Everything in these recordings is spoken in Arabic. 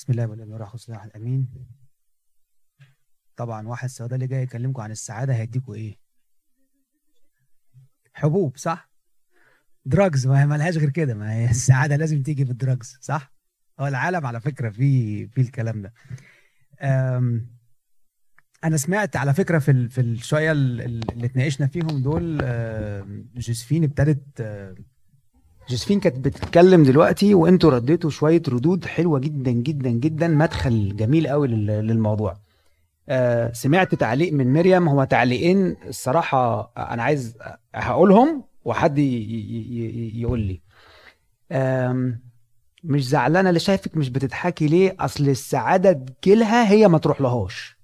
بسم الله والابن والروح القدس الاحد امين. طبعا واحد صيدلي جاي يكلمكم عن السعاده هيديكوا ايه؟ حبوب، صح؟ دراجز، ما هي مالهاش غير كده، ما هي السعاده لازم تيجي بالدراجز، صح؟ هو العالم على فكره في الكلام ده. أم، انا سمعت على فكره في الشويه اللي اتناقشنا فيهم دول. جوزفين ابتدت، جوزفين كانت بتتكلم دلوقتي وانتوا رديتوا شويه ردود حلوه جدا جدا جدا، مدخل جميل قوي للموضوع. سمعت تعليق من مريم، هو تعليقين الصراحة أنا عايز هقولهم وحد يقول لي. مش زعلانة اللي شايفك مش بتضحكي ليه؟ أصل السعادة تجيلها هي ما تروح لهاش.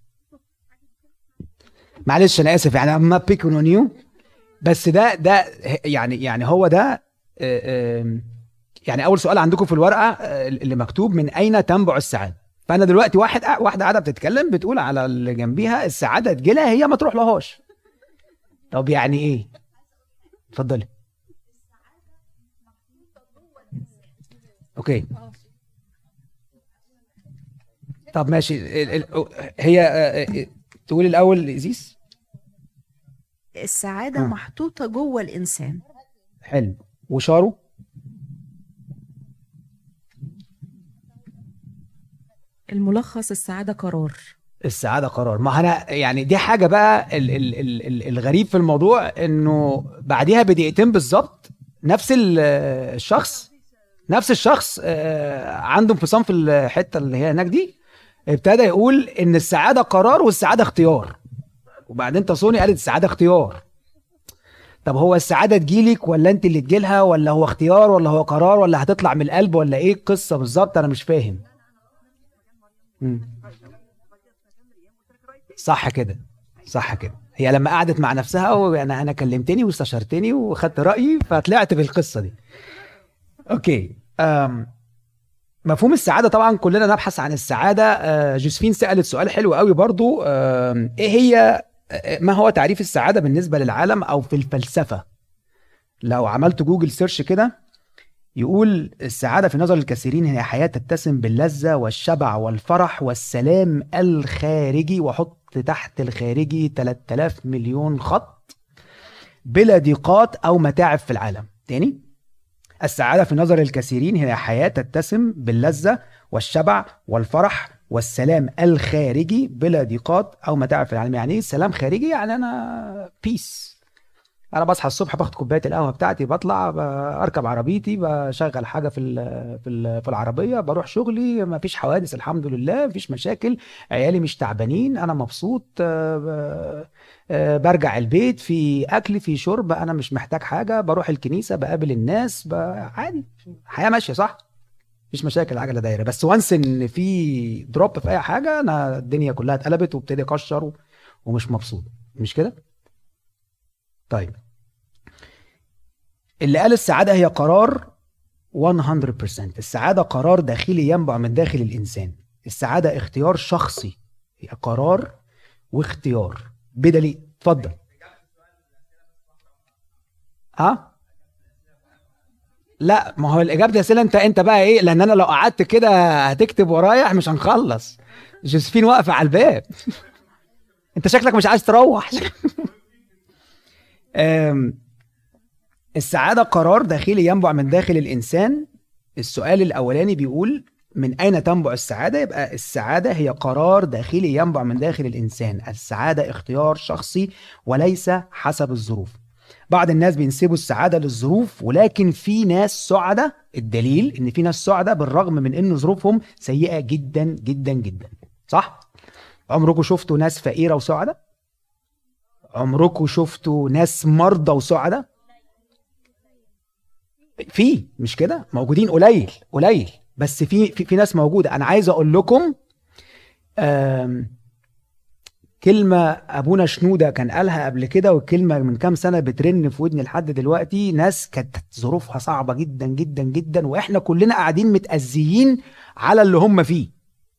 معلش أنا آسف، يعني I'm not picking on you، بس ده يعني هو ده. يعني أول سؤال عندكم في الورقة اللي مكتوب من أين تنبع السعادة؟ فانا دلوقتي واحده قاعده بتتكلم بتقول على اللي جنبيها السعاده تجيلها هي ما تروح لهاش. طب يعني ايه؟ اتفضلي. اوكي. طب ماشي هي تقولي الاول ازيس. السعادة محطوطة جوه الإنسان. حلو. وشارو؟ الملخص السعادة قرار. السعادة قرار. ما أنا يعني دي حاجة بقى الغريب في الموضوع، إنه بعديها بدقيقتين بالظبط نفس الشخص عنده انفصام في الحتة اللي هي هناك دي، ابتدى يقول إن السعادة قرار والسعادة اختيار. وبعدين تصوني قالت السعادة اختيار. طب هو السعادة تجيلك ولا أنت اللي تجيلها، ولا هو اختيار ولا هو قرار ولا هتطلع من القلب ولا إيه القصة بالظبط؟ أنا مش فاهم. صح كده، صح كده. هي لما قعدت مع نفسها انا كلمتني واستشرتني وخدت رايي فطلعت بالقصه دي. اوكي. مفهوم السعاده طبعا كلنا نبحث عن السعاده. جوزفين سالت سؤال حلو قوي برضو. ايه هي ما هو تعريف السعاده بالنسبه للعالم او في الفلسفه؟ لو عملت جوجل سيرش كده يقول السعادة في نظر الكثيرين هي حياة تتسم باللذة والشبع والفرح والسلام الخارجي، وحط تحت الخارجي 3000 مليون خط، بلا ضيقات أو متاعب في العالم. تاني، السعادة في نظر الكثيرين هي حياة تتسم باللذة والشبع والفرح والسلام الخارجي بلا ضيقات أو متاعب في العالم. يعني إيه سلام خارجي؟ يعني أنا بيس، انا بصحى الصبح باخد كوبايه القهوه بتاعتي، بطلع اركب عربيتي، بشغل حاجه في العربيه، بروح شغلي، ما فيش حوادث الحمد لله، ما فيش مشاكل، عيالي مش تعبانين، انا مبسوط. برجع البيت في اكل في شرب، انا مش محتاج حاجه، بروح الكنيسه، بقابل الناس، عادي، حياه ماشيه، صح؟ مفيش مشاكل، العجله دايره. بس وانس ان في دروب في اي حاجه انا الدنيا كلها اتقلبت وابتدي اكشر ومش مبسوط، مش كده؟ طيب، اللي قال السعادة هي قرار 100%. السعادة قرار داخلي ينبع من داخل الإنسان. السعادة اختيار شخصي، هي قرار واختيار بدليل. اتفضل. ها؟ لا، ما هو الإجابة دي أسئلة. أنت بقى إيه؟ لأن أنا لو قعدت كده هتكتب ورايا مش هنخلص. جوزفين واقفة على الباب. أنت شكلك مش عايز تروح. السعادة قرار داخلي ينبع من داخل الإنسان. السؤال الأولاني بيقول من أين تنبع السعادة؟ يبقى السعادة هي قرار داخلي ينبع من داخل الإنسان. السعادة اختيار شخصي وليس حسب الظروف. بعض الناس بينسبوا السعادة للظروف، ولكن في ناس سعداء. الدليل إن في ناس سعداء بالرغم من إن ظروفهم سيئة جدا جدا جدا، صح؟ عمركم شفتوا ناس فقيرة وسعداء؟ عمركم شفتوا ناس مرضى وسعداء؟ مش كده موجودين، قليل قليل، بس في ناس موجوده. انا عايز اقول لكم كلمه ابونا شنوده كان قالها قبل كده، والكلمه من كام سنه بترن في ودني لحد دلوقتي. ناس كانت ظروفها صعبه جدا جدا جدا، واحنا كلنا قاعدين متأذيين على اللي هم فيه،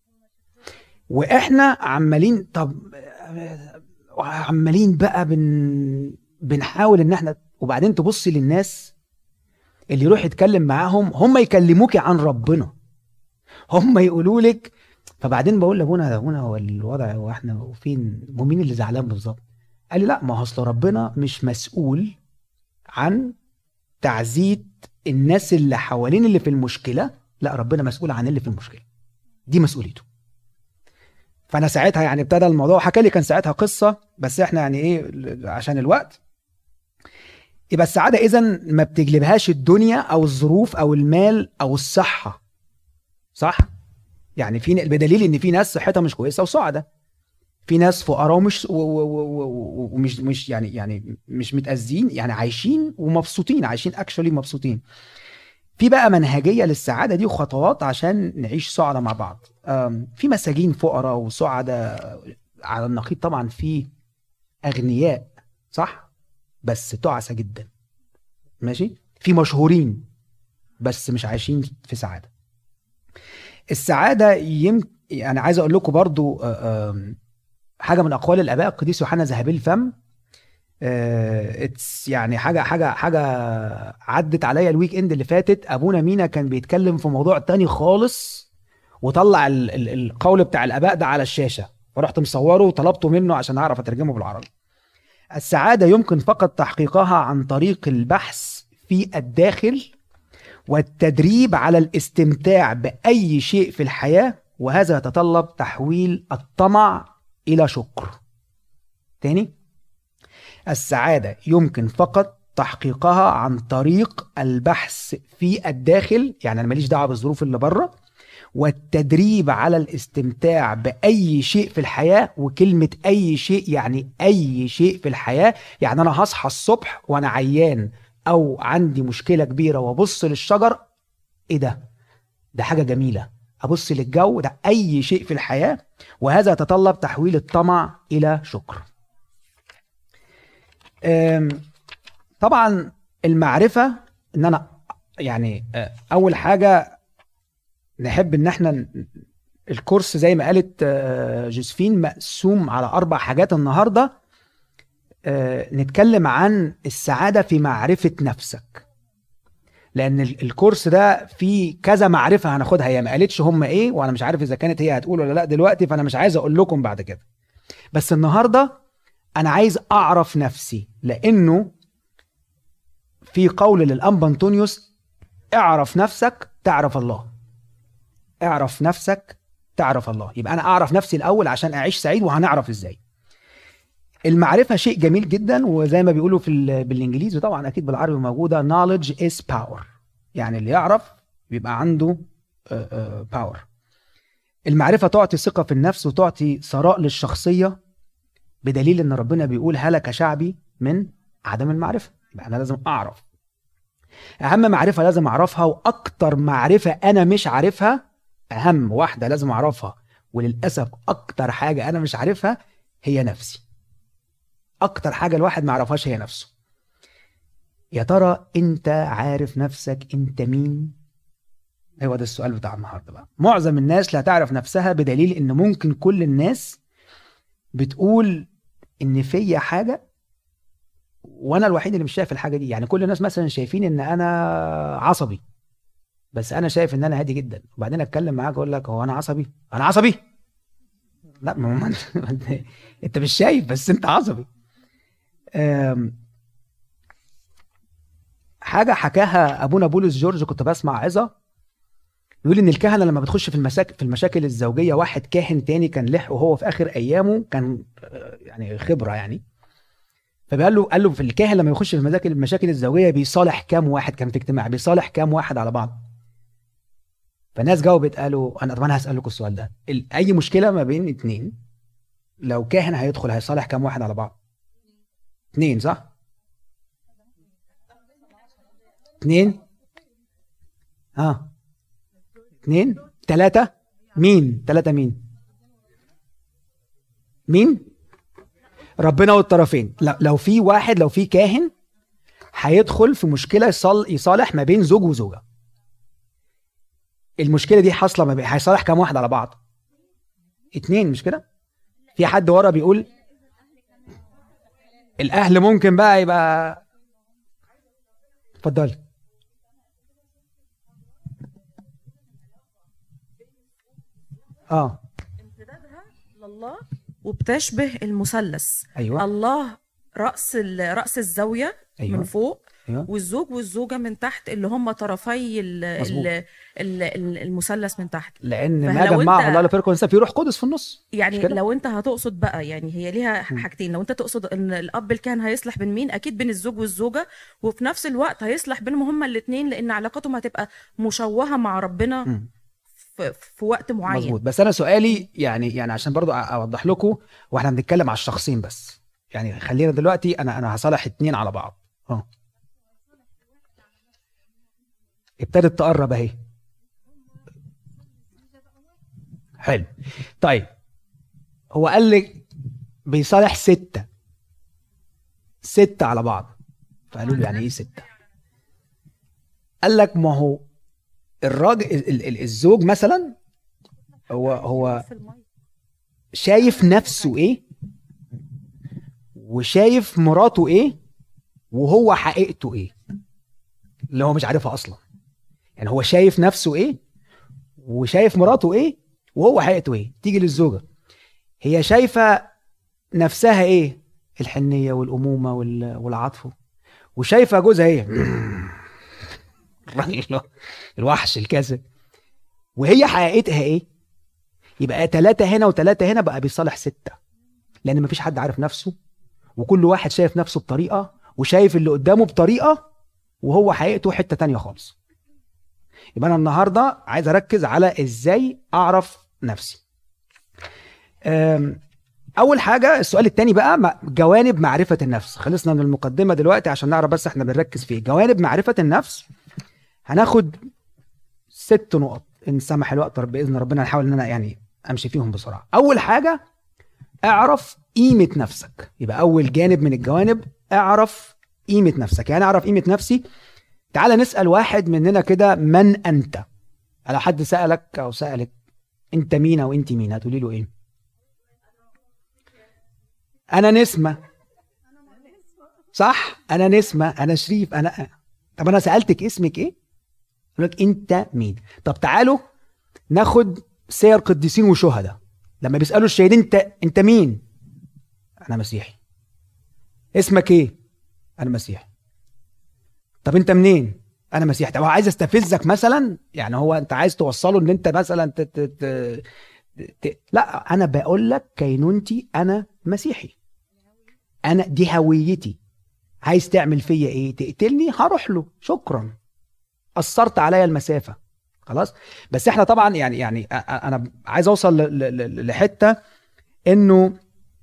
واحنا عمالين. طب عمالين بقى بنحاول ان احنا. وبعدين تبصي للناس اللي يروح يتكلم معاهم، هم يكلموكي عن ربنا، هم يقولوا لك. فبعدين بقول لابونا هو الوضع، هو احنا وفين، مين اللي زعلان بالظبط؟ قال لي لا، ما هو اصل ربنا مش مسؤول عن تعزية الناس اللي حوالين اللي في المشكلة، لا ربنا مسؤول عن اللي في المشكلة، دي مسؤوليته. فانا ساعتها يعني ابتدى الموضوع، حكى لي كان ساعتها قصة، بس احنا يعني ايه عشان الوقت. يبقى السعادة اذا ما بتجلبهاش الدنيا او الظروف او المال او الصحة، صح؟ يعني في بدليل ان في ناس صحتها مش كويسة وسعدة، في ناس فقراء ومش مش يعني مش متأذين، يعني عايشين ومبسوطين، عايشين اكشولي مبسوطين. في بقى منهجية للسعادة دي وخطوات عشان نعيش سعدة مع بعض. في مساجين فقراء وسعداء على النقيض، طبعا في أغنياء صح بس تعسى جدا، ماشي؟ في مشهورين بس مش عايشين في سعادة. السعادة أنا عايز أقول لكم برضو حاجة من أقوال الآباء القديس يوحنا ذهبي الفم. يعني حاجة عدت عليا الويك اند اللي فاتت. ابونا مينا كان بيتكلم في موضوع تاني خالص، وطلع القول بتاع الاباء ده على الشاشة، فرحت مصوره وطلبته منه عشان اعرف اترجمه بالعربي. السعادة يمكن فقط تحقيقها عن طريق البحث في الداخل والتدريب على الاستمتاع بأي شيء في الحياة، وهذا يتطلب تحويل الطمع إلى شكر. تاني، السعادة يمكن فقط تحقيقها عن طريق البحث في الداخل، يعني أنا ماليش دعوة بالظروف اللي بره، والتدريب على الاستمتاع بأي شيء في الحياة. وكلمة أي شيء يعني أي شيء في الحياة، يعني أنا هصحى الصبح وأنا عيان أو عندي مشكلة كبيرة وابص للشجر، إيه ده حاجة جميلة، أبص للجو، ده أي شيء في الحياة، وهذا يتطلب تحويل الطمع إلى شكر. طبعا المعرفة ان انا يعني اول حاجة نحب ان احنا الكورس زي ما قالت جوزفين مقسوم على 4 حاجات النهاردة. نتكلم عن السعادة في معرفة نفسك، لان الكورس ده فيه كذا معرفة هناخدها، هي ما قالتش هم ايه، وانا مش عارف اذا كانت هي هتقول ولا لا دلوقتي، فانا مش عايز اقول لكم بعد كده. بس النهاردة انا عايز اعرف نفسي، لانه في قول للأنبا أنطونيوس: اعرف نفسك تعرف الله. اعرف نفسك تعرف الله. يبقى أنا أعرف نفسي الأول عشان أعيش سعيد، وهنعرف إزاي. المعرفة شيء جميل جدا، وزي ما بيقولوا بالإنجليزي، طبعا أكيد بالعربي موجودة، knowledge is power. يعني اللي يعرف بيبقى عنده power. المعرفة تعطي ثقة في النفس وتعطي ثراء للشخصية، بدليل إن ربنا بيقول: هلك شعبي من عدم المعرفة. يبقى أنا لازم أعرف. أهم معرفة لازم أعرفها، وأكتر معرفة أنا مش عارفها، أهم واحدة لازم أعرفها، وللأسف أكتر حاجة أنا مش عارفها هي نفسي. أكتر حاجة الواحد ما عرفهاش هي نفسه. يا ترى أنت عارف نفسك أنت مين؟ هو ده السؤال بتاع النهاردة بقى. معظم الناس لا تعرف نفسها، بدليل إن ممكن كل الناس بتقول إن فيا حاجة وانا الوحيد اللي مش شايف الحاجه دي. يعني كل الناس مثلا شايفين ان انا عصبي، بس انا شايف ان انا هادي جدا، وبعدين اتكلم معاك اقول لك: هو انا عصبي؟ انا عصبي؟ لا، ما انت مش شايف، بس انت عصبي. حاجه حكاها ابونا بولس جورج، كنت بسمع عظه يقول ان الكهنه لما بتخش في المشاكل الزوجيه، واحد كاهن تاني كان لحقه وهو في اخر ايامه، كان يعني خبره يعني، قال له في الكاهن لما يخش في المشاكل الزوجيه بيصالح كام واحد؟ كان في اجتماع بيصالح كام واحد على بعض؟ فالناس جاوبت قالوا: انا هسألكم السؤال ده، اي مشكله ما بين 2 لو كاهن هيدخل هيصالح كام واحد على بعض؟ 2 صح؟ 2 2 3 مين؟ 3 مين؟ ربنا والطرفين. لو في واحد، لو في كاهن هيدخل في مشكلة يصالح ما بين زوج وزوجة، المشكلة دي حاصلة ما بين، هيصالح كام واحد على بعض؟ 2 مش كده؟ في حد ورا بيقول الأهل ممكن بقى يبقى. اتفضل. امتدادها لله، وبتشبه المثلث. ايوه الله رأس الزاوية أيوة. من فوق، ايوه والزوج والزوجة من تحت، اللي هم طرفي مظبوط. المثلث من تحت. لان ما فلو جمعه انت الله لا يفرق الانسان في روح قدس في النص، مش يعني كده؟ لو انت هتقصد بقى، يعني هي ليها مم. حاجتين. لو انت تقصد ان الاب الكاهن هيصلح بين مين، اكيد بين الزوج والزوجة، وفي نفس الوقت هيصلح بينهم هما الاثنين، لان علاقتهم هتبقى مشوهة مع ربنا مم. في وقت معين. مظبوط. بس انا سؤالي يعني عشان برضو اوضح لكم، واحنا بنتكلم على الشخصين بس، يعني خلينا دلوقتي انا هصالح اتنين على بعض. ابتدت تقرب اهي. حلو. طيب هو قال لي بيصالح ستة على بعض، فقالوا له يعني ايه 6؟ قال لك ما هو الراجل الزوج مثلا هو شايف نفسه ايه، وشايف مراته ايه، وهو حقيقته ايه اللي هو مش عارفها اصلا. يعني هو شايف نفسه ايه، وشايف مراته ايه، وهو حقيقته ايه. تيجي للزوجة، هي شايفة نفسها ايه؟ الحنية والأمومة والعطف، وشايفة جوزها ايه؟ الراجل الوحش الكاسد. وهي حقيقتها ايه؟ يبقى 3 هنا و3 هنا، بقى بيصالح 6، لأن مفيش حد عارف نفسه، وكل واحد شايف نفسه بطريقة، وشايف اللي قدامه بطريقة، وهو حقيقته حتة تانية خالص. يبقى أنا النهاردة عايز أركز على إزاي أعرف نفسي. أول حاجة السؤال التاني بقى، جوانب معرفة النفس. خلصنا من المقدمة دلوقتي عشان نعرف بس احنا بنركز في جوانب معرفة النفس. هناخد 6 نقط إن سمح الوقت بإذن ربنا، نحاول إن أنا يعني أمشي فيهم بسرعة. أول حاجة اعرف قيمة نفسك. يبقى أول جانب من الجوانب اعرف قيمة نفسك. يعني اعرف قيمة نفسي. تعال نسأل واحد مننا كده، من أنت؟ لو حد سألك أو سألك أنت مين أو أنت مين، هتقولي له إيه؟ أنا نسمة، صح؟ أنا نسمة، أنا شريف، طب أنا سألتك اسمك إيه؟ أقول لك أنت مين. طب تعالوا ناخد سير قديسين وشهداء، لما بيسألوا الشهيدين أنت مين؟ أنا مسيحي. اسمك إيه؟ أنا مسيحي. طب أنت منين؟ أنا مسيحي. طب هو عايز استفزك مثلا؟ يعني هو أنت عايز توصله إن أنت مثلا لا، أنا بقول لك كينونتي، أنا مسيحي، أنا دي هويتي. عايز تعمل فيا إيه؟ تقتلني؟ هروح له، شكرا، قصرت عليا المسافة، خلاص. بس احنا طبعا يعني انا عايز اوصل لحتة انه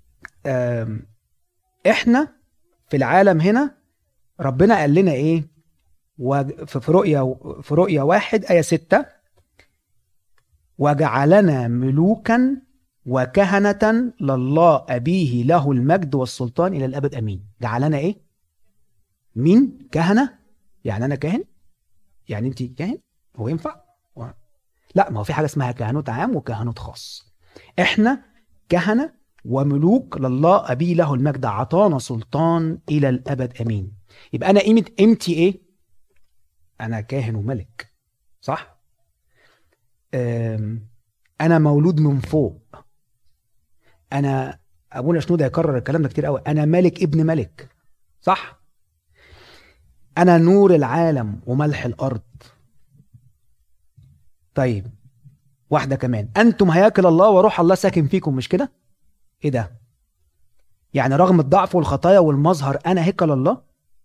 احنا في العالم هنا ربنا قال لنا ايه؟ في رؤيا 1 آية 6: وجعلنا ملوكا وكهنة لله أبيه له المجد والسلطان إلى الأبد أمين. جعلنا ايه؟ مين؟ كهنة؟ يعني أنا كاهن؟ يعني أنت كاهن؟ هو ينفع؟ لا، ما هو في حاجة اسمها كهنوت عام وكهنوت خاص. احنا كهنة وملوك لله أبيه له المجد، عطانا سلطان إلى الأبد أمين. يبقى أنا قيمتي إيه؟ أنا كاهن وملك، صح؟ أنا مولود من فوق. أنا أبونا شنودة يكرر الكلام ده كتير قوي، أنا ملك ابن ملك، صح؟ أنا نور العالم وملح الأرض. طيب واحدة كمان، أنتم هياكل الله وروح الله ساكن فيكم، مش كده؟ إيه ده؟ يعني رغم الضعف والخطايا والمظهر أنا هيكل الله؟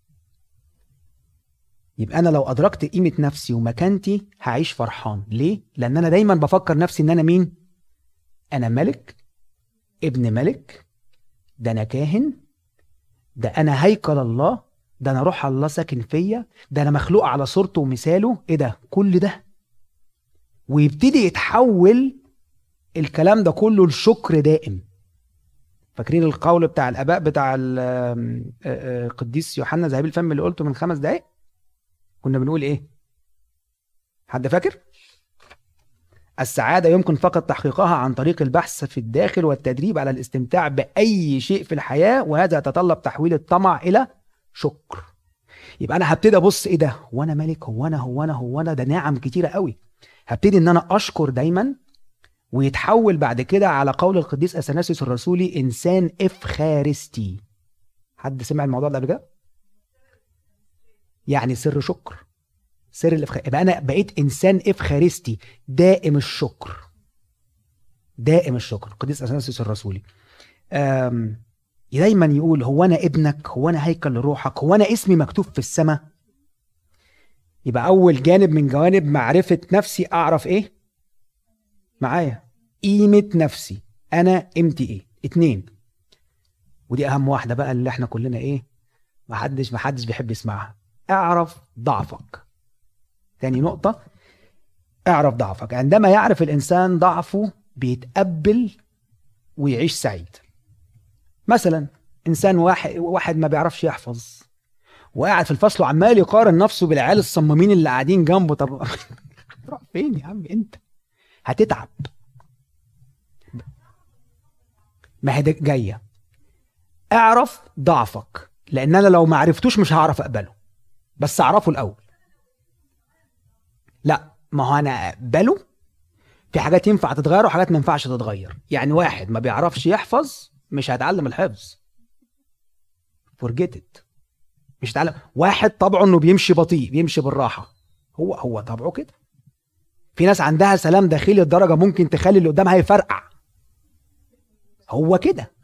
يبقى أنا لو أدركت قيمة نفسي ومكانتي هعيش فرحان. ليه؟ لأن أنا دايما بفكر نفسي إن أنا مين؟ أنا ملك، ابن ملك، ده أنا كاهن، ده أنا هيكل الله، ده أنا روح الله ساكن فيا، ده أنا مخلوق على صورته ومثاله. إيه ده؟ كل ده. ويبتدي يتحول الكلام ده كله لشكر دائم. فاكرين القول بتاع الآباء بتاع القديس يوحنا ذهبي الفم اللي قلته من 5 دقايق؟ كنا بنقول إيه؟ حد فاكر؟ السعادة يمكن فقط تحقيقها عن طريق البحث في الداخل والتدريب على الاستمتاع بأي شيء في الحياة، وهذا يتطلب تحويل الطمع إلى شكر. يبقى أنا هبتدي أبص إيه ده؟ هو أنا ملك؟ هو أنا ده نعم كتيرة قوي. هبتدي إن أنا أشكر دايما، ويتحول بعد كده على قول القديس اثناسيوس الرسولي انسان افخارستي. حد سمع الموضوع ده قبل كده؟ يعني سر شكر، سر الافخار. يبقى انا بقيت انسان افخارستي دائم الشكر، دائم الشكر. القديس اثناسيوس الرسولي دايما يقول هو انا ابنك، هو انا هيكل لروحك، هو انا اسمي مكتوب في السماء. يبقى اول جانب من جوانب معرفة نفسي، اعرف ايه معايا؟ قيمة نفسي، انا قيمتي ايه. 2، ودي اهم واحدة بقى اللي احنا كلنا ايه محدش بيحب يسمعها، اعرف ضعفك. تاني نقطة، اعرف ضعفك. عندما يعرف الانسان ضعفه بيتقبل ويعيش سعيد. مثلا انسان واحد ما بيعرفش يحفظ وقاعد في الفصل وعمال يقارن نفسه بالعيال الصمامين اللي قاعدين جنبه. طب تروح فين يا عم؟ انت هتتعب. ما هي جايه. اعرف ضعفك، لان انا لو ما عرفتوش مش هعرف اقبله، بس اعرفه الاول. لا، ما هو انا اقبله في حاجات ينفع تتغير وحاجات ما ينفعش تتغير. يعني واحد ما بيعرفش يحفظ مش هيتعلم الحفظ، forget it، مش هيتعلم. واحد طبعه انه بيمشي بطيء، بيمشي بالراحه، هو طبعه كده. في ناس عندها سلام داخلي لدرجه ممكن تخلي اللي قدامها يفرقع، هو كده.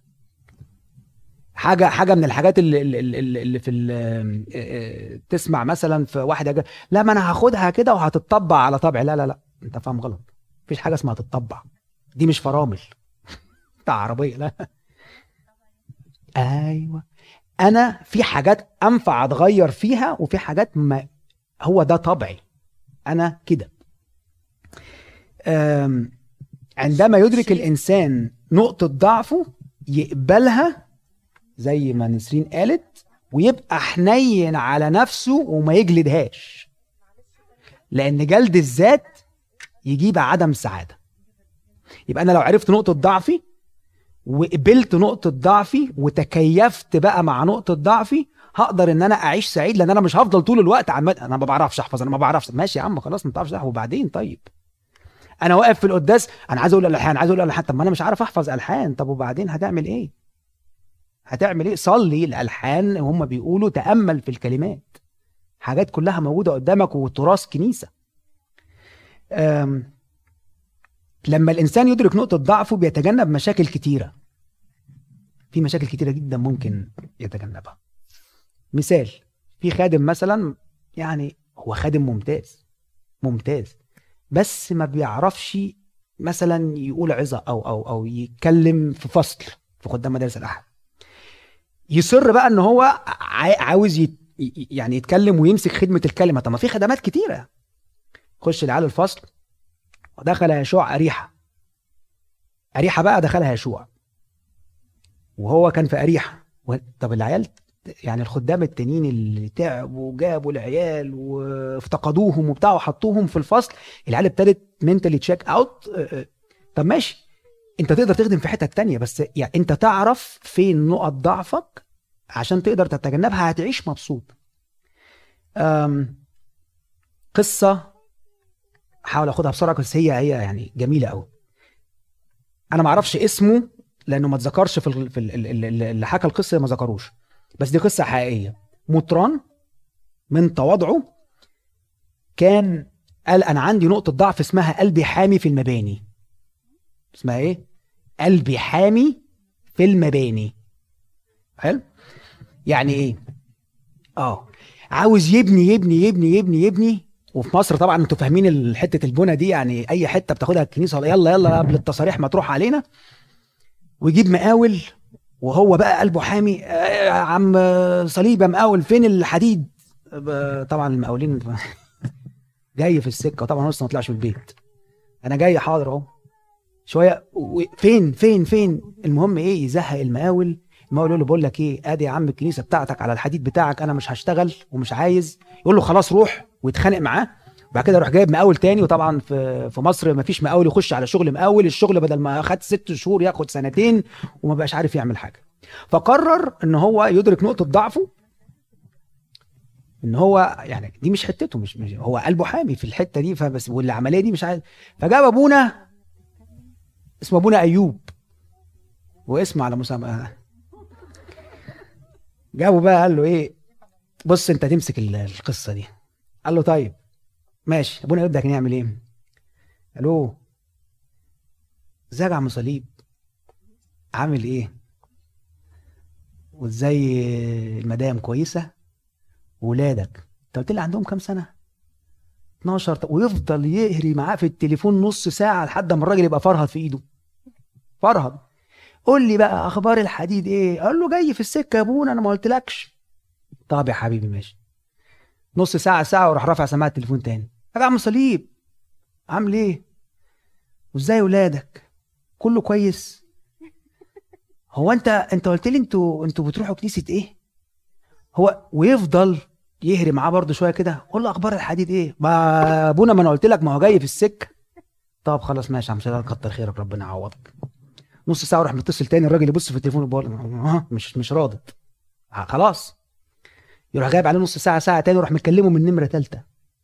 حاجه من الحاجات اللي في تسمع مثلا في واحد لا ما انا هاخدها كده وهتطبع على طبعي. لا انت فاهم غلط. مفيش حاجه اسمها تتطبع، دي مش فرامل بتاع عربيه. لا، ايوه، انا في حاجات انفع اتغير فيها وفي حاجات ما، هو ده طبعي، انا كده. عندما يدرك الانسان نقطه ضعفه يقبلها زي ما نسرين قالت، ويبقى حنين على نفسه وما يجلدهاش، لان جلد الذات يجيب عدم سعاده. يبقى انا لو عرفت نقطه ضعفي وقبلت نقطه ضعفي وتكيفت بقى مع نقطه ضعفي، هقدر ان انا اعيش سعيد، لان انا مش هفضل طول الوقت عمال انا ما بعرفش احفظ، انا ما بعرفش. ماشي يا عم خلاص، ما بتعرفش تحفظ وبعدين طيب. انا واقف في القداس انا عايز اقول الالحان، عايز اقول الالحان، طب ما انا مش عارف احفظ الحان. طب وبعدين هتعمل ايه؟ صلي الالحان، هم بيقولوا تامل في الكلمات، حاجات كلها موجوده قدامك وتراث كنيسه. لما الانسان يدرك نقطه ضعفه بيتجنب مشاكل كتيره. في مشاكل كتيره جدا ممكن يتجنبها. مثال، في خادم مثلا، يعني هو خادم ممتاز بس ما بيعرفش مثلا يقول عظه او يتكلم في فصل في خدام مدارس الاحد. يصر بقى ان هو عاوز يعني يتكلم ويمسك خدمه الكلمه. طب ما في خدمات كتيره. خش العيال الفصل، ودخل يشوع أريحة بقى دخلها يشوع وهو كان في أريحة. طب العيال يعني الخدام التانيين اللي تعبوا وجابوا العيال وافتقدوهم وبتاع وحطوهم في الفصل، العيال ابتدت منتالي تشيك اوت. طب ماشي، انت تقدر تخدم في حتة تانية، بس يعني انت تعرف فين نقط ضعفك عشان تقدر تتجنبها، هتعيش مبسوط. قصة حاول اخدها بسرعة بس هي يعني جميلة قوي. انا ما اعرفش اسمه لانه ما اتذكرش في اللي حكى القصة، ما ذكروش، بس دي قصة حقيقية. مطران من تواضعه كان قال انا عندي نقطة ضعف اسمها قلبي حامي في المباني. اسمها ايه؟ قلبي حامي في المباني. حلو؟ يعني ايه؟ عاوز يبني يبني يبني يبني يبني. وفي مصر طبعا انتوا فاهمين حته البنى دي، يعني اي حته بتاخدها الكنيسه يلا قبل التصاريح ما تروح علينا، ويجيب مقاول وهو بقى قلبه حامي. يا عم صليبه مقاول، فين الحديد؟ طبعا المقاولين جاي في السكه، وطبعا لسه ما طلعش من البيت. انا جاي حاضر اهو شويه. فين المهم ايه؟ يزهق المقاول يقول له بقول لك ايه، ادي يا عم الكنيسه بتاعتك على الحديد بتاعك، انا مش هشتغل ومش عايز. يقول له خلاص روح، ويتخانق معاه. وبعد كده يروح جايب مقاول تاني. وطبعا في مصر ما فيش مقاول يخش على شغل مقاول، الشغل بدل ما خد 6 شهور ياخد 2 وما بقاش عارف يعمل حاجه. فقرر ان هو يدرك نقطه ضعفه، ان هو يعني دي مش حتته، مش هو قلبه حامي في الحته دي، فبس والعمليه دي مش عايز. فجاب ابونا اسمه ابونا ايوب، واسمه على مسمى. جابه بقى قال له ايه، بص انت تمسك القصه دي. قال له طيب ماشي. ابونا ايوب ده كان يعمل ايه؟ قال له ازيك يا عم صليب، عامل ايه، وازاي المدام كويسه، وولادك انت قلت لي عندهم كام سنه؟ 12. ويفضل يهري معاه في التليفون نص ساعه لحد ما الراجل يبقى فرهد في ايده. فرهد. قول لي بقى اخبار الحديد ايه؟ قال له جاي في السكه يا ابونا، انا ما قلتلكش. طب يا حبيبي ماشي. نص ساعه ساعه وراح رافع سماعه التليفون تاني. يا عم صليب عامل ايه، وازاي ولادك، كله كويس؟ هو انت قلت لي انتوا بتروحوا كنيسه ايه؟ هو ويفضل يهري معاه برضه شويه كده. قول له اخبار الحديد ايه؟ ما ابونا ما انا قلت لك، ما هو جاي في السكه. طب خلاص ماشي يا عم صليب، كتر خيرك ربنا يعوضك. نص ساعه وراح متصل تاني، الراجل يبص في التليفون ويقول مش راضي. خلاص يروح جايب عليه نص ساعه ساعه تاني ويروح مكلمه من نمره ثالثه.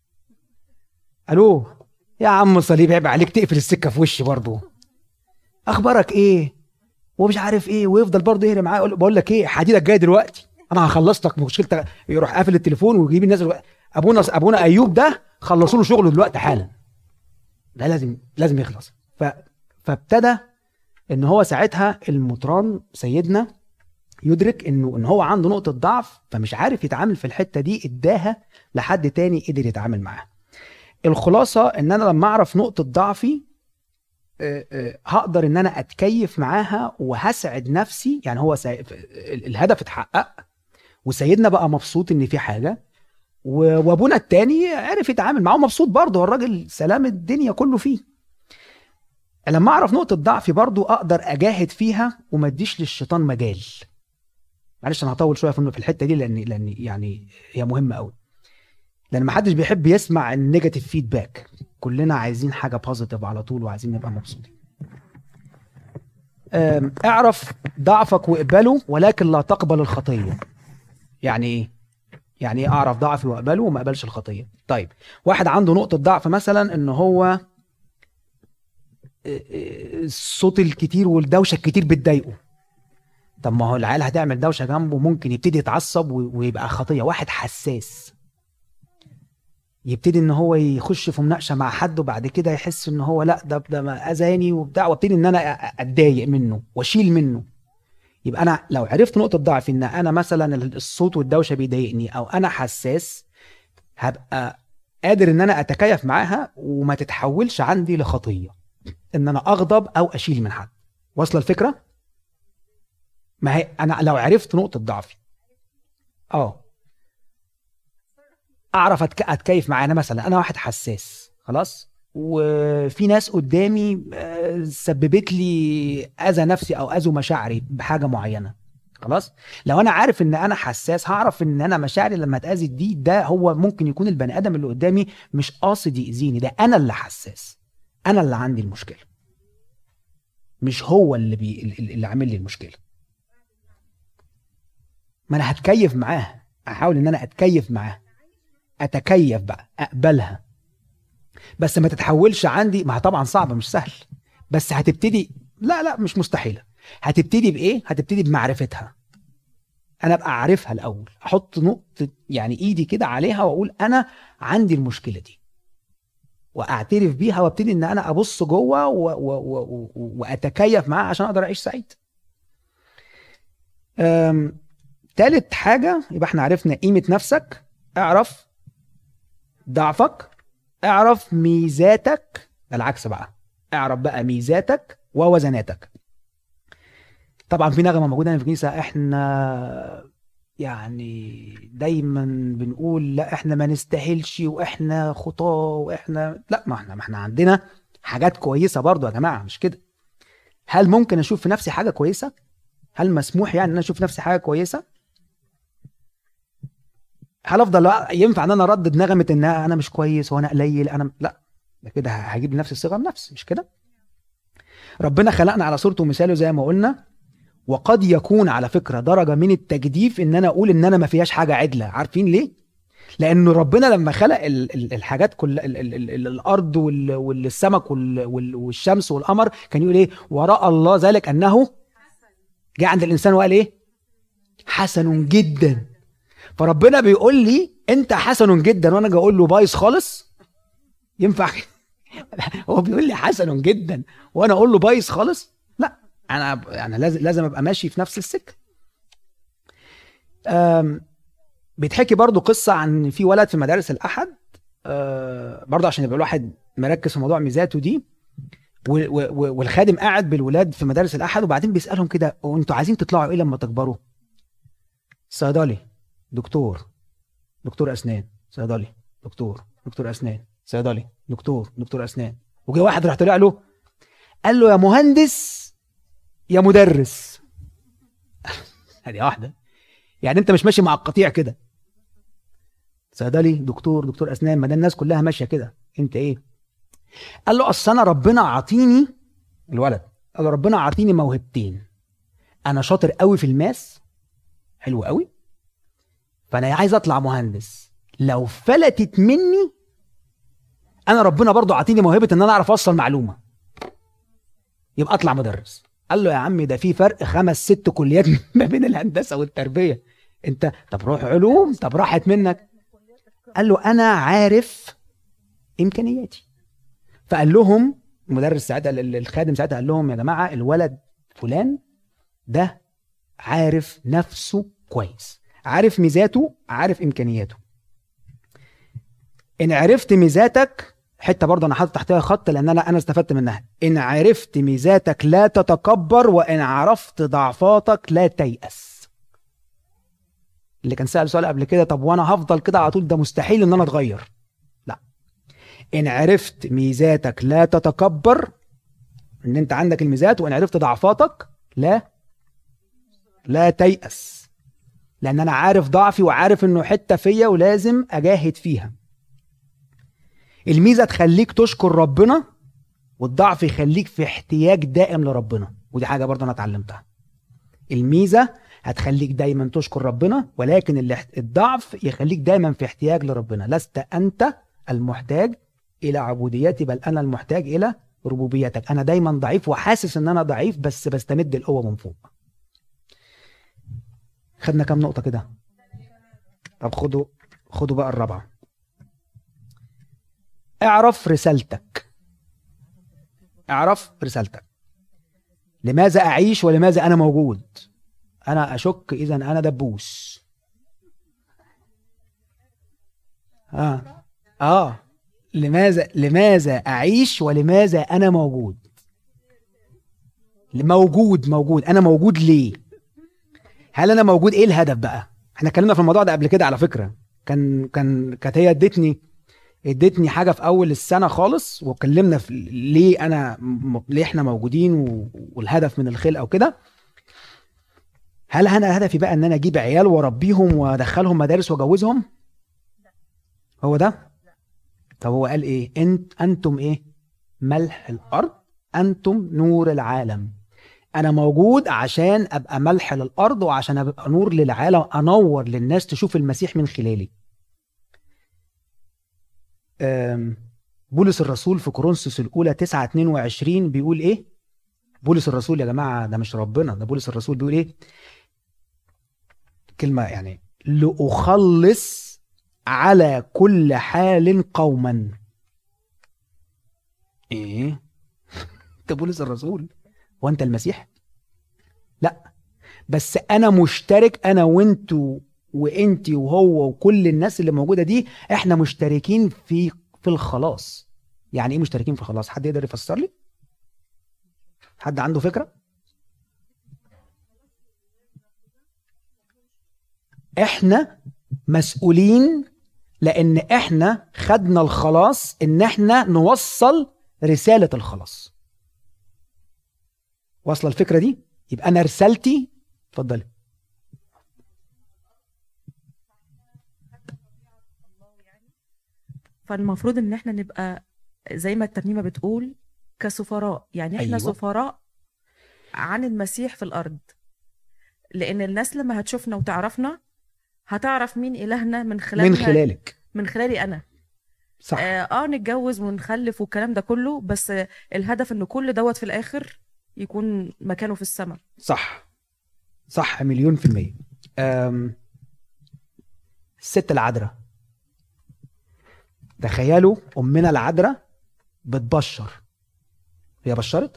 الو يا عم صليب عيب عليك تقفل السكه في وشي برضه، اخبارك ايه ومش عارف ايه. ويفضل برضه يهري معاه. بقول لك ايه، حديدك جاي دلوقتي، انا هخلص لك مشكلتك. يروح قافل التليفون ويجيب الناس. ابونا ايوب ده خلصوا له شغله دلوقتي حالا، ده لازم يخلص. فابتدى ان هو ساعتها المطران سيدنا يدرك ان هو عنده نقطه ضعف، فمش عارف يتعامل في الحته دي، اداها لحد تاني قدر يتعامل معاها. الخلاصه ان انا لما اعرف نقطه ضعفي هقدر ان انا اتكيف معاها وهسعد نفسي. يعني هو الهدف اتحقق، وسيدنا بقى مبسوط ان في حاجه، وابونا التاني عرف يتعامل معاه مبسوط برضه، هو الراجل سلام الدنيا كله فيه. لما اعرف نقطه ضعفي برضه اقدر اجاهد فيها وما اديش للشيطان مجال. معلش انا هطول شويه في الحته دي لان يعني هي مهمه قوي، لان ما حدش بيحب يسمع النيجاتيف فيدباك. كلنا عايزين حاجه بوزيتيف على طول وعايزين نبقى مبسوطين. اعرف ضعفك واقبله ولكن لا تقبل الخطيه. يعني ايه؟ يعني ايه اعرف ضعفي واقبله وما اقبلش الخطيه؟ طيب واحد عنده نقطه ضعف مثلا ان هو الصوت الكتير والدوشه الكتير بتضايقه. طب ما هو العيال هتعمل دوشه جنبه، ممكن يبتدي يتعصب ويبقى خطيه. واحد حساس يبتدي ان هو يخش في مناقشه مع حد وبعد كده يحس ان هو لا ده ما اذاني وبتاع، وابتدي ان انا اتضايق منه واشيل منه. يبقى انا لو عرفت نقطه ضعفي ان انا مثلا الصوت والدوشه بيضايقني او انا حساس، هبقى قادر ان انا اتكيف معاها وما تتحولش عندي لخطيه ان انا اغضب او اشيل من حد. واصله الفكره؟ ما هي انا لو عرفت نقطه ضعفي اعرف اتكيف معاه. انا مثلا انا واحد حساس خلاص، وفي ناس قدامي سببت لي اذى نفسي او اذوا مشاعري بحاجه معينه خلاص. لو انا عارف ان انا حساس هعرف ان انا مشاعري لما اتاذت دي، ده هو ممكن يكون البني ادم اللي قدامي مش قاصد يأذيني، ده انا اللي حساس، انا اللي عندي المشكله، مش هو اللي عامل لي المشكله. ما انا هتكيف معاه، احاول ان انا اتكيف معاه، اتكيف بقى، اقبلها، بس ما تتحولش عندي. ما طبعا صعبه مش سهل، بس هتبتدي. لا مش مستحيله. هتبتدي بايه؟ هتبتدي بمعرفتها. انا ابقى عارفها الاول، احط نقطه يعني ايدي كده عليها واقول انا عندي المشكله دي، واعترف بيها وابتدي ان انا ابص جوه واتكيف معاها عشان اقدر اعيش سعيد. تالت حاجه، يبقى احنا عرفنا قيمه نفسك، اعرف ضعفك، اعرف ميزاتك. العكس بقى، اعرف بقى ميزاتك ووزناتك. طبعا في نغمه موجوده هنا في الكنيسه، احنا يعني دايما بنقول لا احنا ما نستاهلش واحنا خطاه واحنا لا، ما احنا عندنا حاجات كويسه برضو يا جماعه، مش كده؟ هل ممكن اشوف في نفسي حاجه كويسه؟ هل مسموح يعني ان انا اشوف نفسي حاجه كويسه؟ هل افضل ينفع ان انا اردد نغمه ان انا مش كويس وانا قليل انا لا؟ ده كده هجيب لنفسي صغر نفس، مش كده؟ ربنا خلقنا على صورته ومثاله زي ما قلنا، وقد يكون على فكره درجه من التجديف ان انا اقول ان انا ما فيهاش حاجه عدله. عارفين ليه؟ لانه ربنا لما خلق الحاجات كل الارض والسمك والشمس والقمر كان يقول ايه؟ وراء الله ذلك انه جاء عند الانسان وقال ايه؟ حسن جدا. فربنا بيقول لي انت حسن جدا وانا جاي اقول له بايظ خالص؟ ينفع؟ هو بيقول لي حسن جدا وانا اقول له بايظ خالص؟ لا، انا لازم ابقى ماشي في نفس السكه. بيتحكي برضو قصه عن في ولد في مدارس الاحد، برضو عشان يبقى الواحد مركز في موضوع ميزاته دي، والخادم قاعد بالولاد في مدارس الاحد وبعدين بيسالهم كده: وانتوا عايزين تطلعوا ايه لما تكبروا؟ صيدلي، دكتور اسنان، صيدلي، دكتور اسنان، صيدلي، دكتور اسنان. وجه واحد راح طلع له قال له: يا مهندس يا مدرس. هذه واحده، يعني انت مش ماشي مع القطيع كده، صيدلي دكتور اسنان، ما ده الناس كلها ماشيه كده، انت ايه؟ قال له: اصل انا ربنا عاطيني، الولد قال له: ربنا عاطيني موهبتين، انا شاطر قوي في الماس، حلو قوي، فانا عايز اطلع مهندس، لو فلتت مني انا ربنا برضو عاطيني موهبه ان انا اعرف اوصل معلومه، يبقى اطلع مدرس. قال له: يا عمي ده في فرق 5-6 كليات ما بين الهندسه والتربيه، انت طب روح علوم، طب راحت منك. قال له: انا عارف امكانياتي. فقال لهم المدرس ساعتها، الخادم ساعتها قال لهم: يا جماعه الولد فلان ده عارف نفسه كويس، عارف ميزاته، عارف امكانياته. ان عرفت ميزاتك، حته برضه انا حاطط تحتها خط لان انا استفدت منها، ان عرفت ميزاتك لا تتكبر، وان عرفت ضعفاتك لا تيأس. اللي كان سأل سؤال قبل كده: طب وانا هفضل كده على طول؟ ده مستحيل ان انا اتغير. لا، ان عرفت ميزاتك لا تتكبر، ان انت عندك الميزات، وان عرفت ضعفاتك لا تيأس، لان انا عارف ضعفي وعارف انه حته فيا ولازم اجاهد فيها. الميزه تخليك تشكر ربنا، والضعف يخليك في احتياج دائم لربنا، ودي حاجه برضه انا اتعلمتها. الميزه هتخليك دايما تشكر ربنا، ولكن الضعف يخليك دايما في احتياج لربنا. لست انت المحتاج الى عبوديتي، بل انا المحتاج الى ربوبيتك. انا دايما ضعيف وحاسس ان انا ضعيف، بس بستمد القوه من فوق. خدنا كام نقطه كده؟ طب خدوا بقى الرابعه. اعرف رسالتك. لماذا اعيش ولماذا انا موجود؟ انا اشك اذا انا دبوس. لماذا اعيش ولماذا انا موجود؟ موجود انا موجود ليه؟ هل انا موجود؟ ايه الهدف بقى؟ احنا اتكلمنا في الموضوع ده قبل كده على فكره. كانت هي ادتني حاجه في اول السنه خالص، واتكلمنا في ليه احنا موجودين والهدف من الخلقه وكده. هل انا هدفي بقى ان انا اجيب عيال واربيهم وادخلهم مدارس واجوزهم؟ هو ده؟ طب هو قال ايه؟ انتم ايه؟ ملح الارض، انتم نور العالم. انا موجود عشان ابقى ملح للارض، وعشان ابقى نور للعالم، انور للناس تشوف المسيح من خلالي. بولس الرسول في كورنثوس الاولى 9:22 بيقول ايه؟ بولس الرسول يا جماعه، ده مش ربنا، ده بولس الرسول بيقول ايه؟ كلمه يعني: لأخلص على كل حال قوما. ايه؟ انت بولس الرسول؟ هو انت المسيح؟ لا، بس انا مشترك، انا وانتوا وانتي وهو وكل الناس اللي موجوده دي، احنا مشتركين في الخلاص. يعني ايه مشتركين في الخلاص؟ حد يقدر يفسر لي؟ حد عنده فكره؟ احنا مسؤولين لان احنا خدنا الخلاص، ان احنا نوصل رساله الخلاص. واصله الفكره دي؟ يبقى انا رسالتي. اتفضلي. فالمفروض ان احنا نبقى زي ما الترنيمه بتقول كسفراء، يعني احنا أيوة. سفراء عن المسيح في الارض، لان الناس لما هتشوفنا وتعرفنا هتعرف مين إلهنا من خلالها، من خلالك. من خلالي أنا. صح. نتجوز ونخلف والكلام ده كله، بس الهدف إن كل دوت في الآخر يكون مكانه في السماء. صح صح 1,000,000%. الست العذراء، تخيلوا أمنا العذراء بتبشر، هي بشرت؟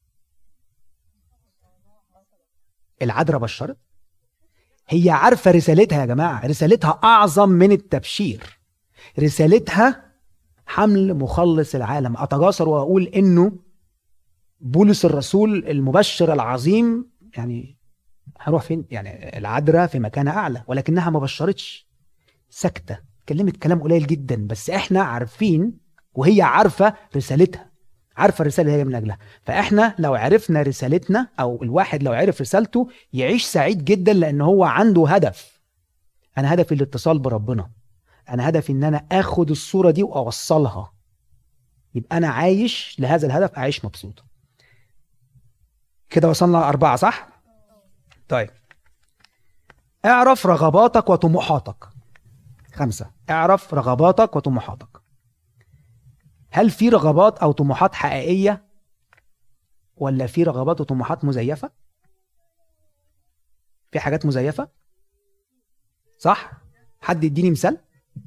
العذراء بشرت؟ هي عارفة رسالتها يا جماعة، رسالتها أعظم من التبشير، رسالتها حمل مخلص العالم. أتجاسر وأقول إنه بولس الرسول المبشر العظيم، يعني هروح فين؟ يعني العذراء في مكان أعلى، ولكنها ما بشرتش، سكتة، كلمت كلام قليل جدا، بس احنا عارفين وهي عارفة رسالتها، عارفة الرسالة هي من أجلها. فاحنا لو عرفنا رسالتنا، أو الواحد لو عرف رسالته يعيش سعيد جدا، لأن هو عنده هدف. أنا هدفي الاتصال بربنا، أنا هدفي إن أنا أخد الصورة دي وأوصلها، يبقى أنا عايش لهذا الهدف، أعيش مبسوط. كده وصلنا 4 صح؟ طيب، اعرف رغباتك وطموحاتك. 5، اعرف رغباتك وطموحاتك. هل في رغبات أو طموحات حقيقية، ولا في رغبات وطموحات مزيفة؟ في حاجات مزيفة صح؟ حد يديني مثال.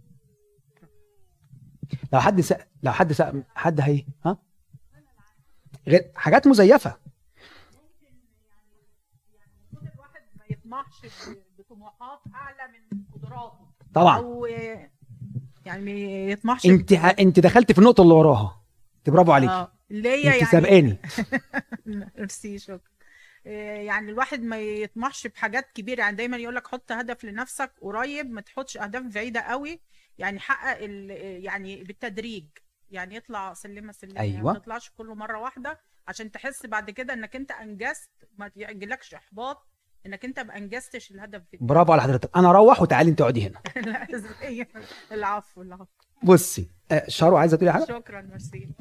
لو حد هي غير حاجات مزيفة. الواحد ما يطمحش بطموحات اعلى من قدراته طبعا. او يعني ما يطمحش انت دخلت في النقطة اللي وراها، برافو عليكي. اللي هي انت يعني سابقاني. ميرسي، شكرا. يعني الواحد ما يطمحش بحاجات كبيره، يعني دايما يقول لك حط هدف لنفسك قريب، ما تحطش اهداف بعيده قوي، يعني حقق يعني بالتدريج، يعني يطلع سلمه سلمه. أيوة. يعني ما تطلعش كله مره واحده عشان تحس بعد كده انك انت انجزت، ما يجيلكش احباط انك انت ما انجزتش الهدف بتاعك. برافو على حضرتك. انا اروح وتعالي انت اقعدي هنا. لا ازاي؟ العفو العفو. بصي شارو، عايزه تقولي حاجه؟ شكرا، ميرسي.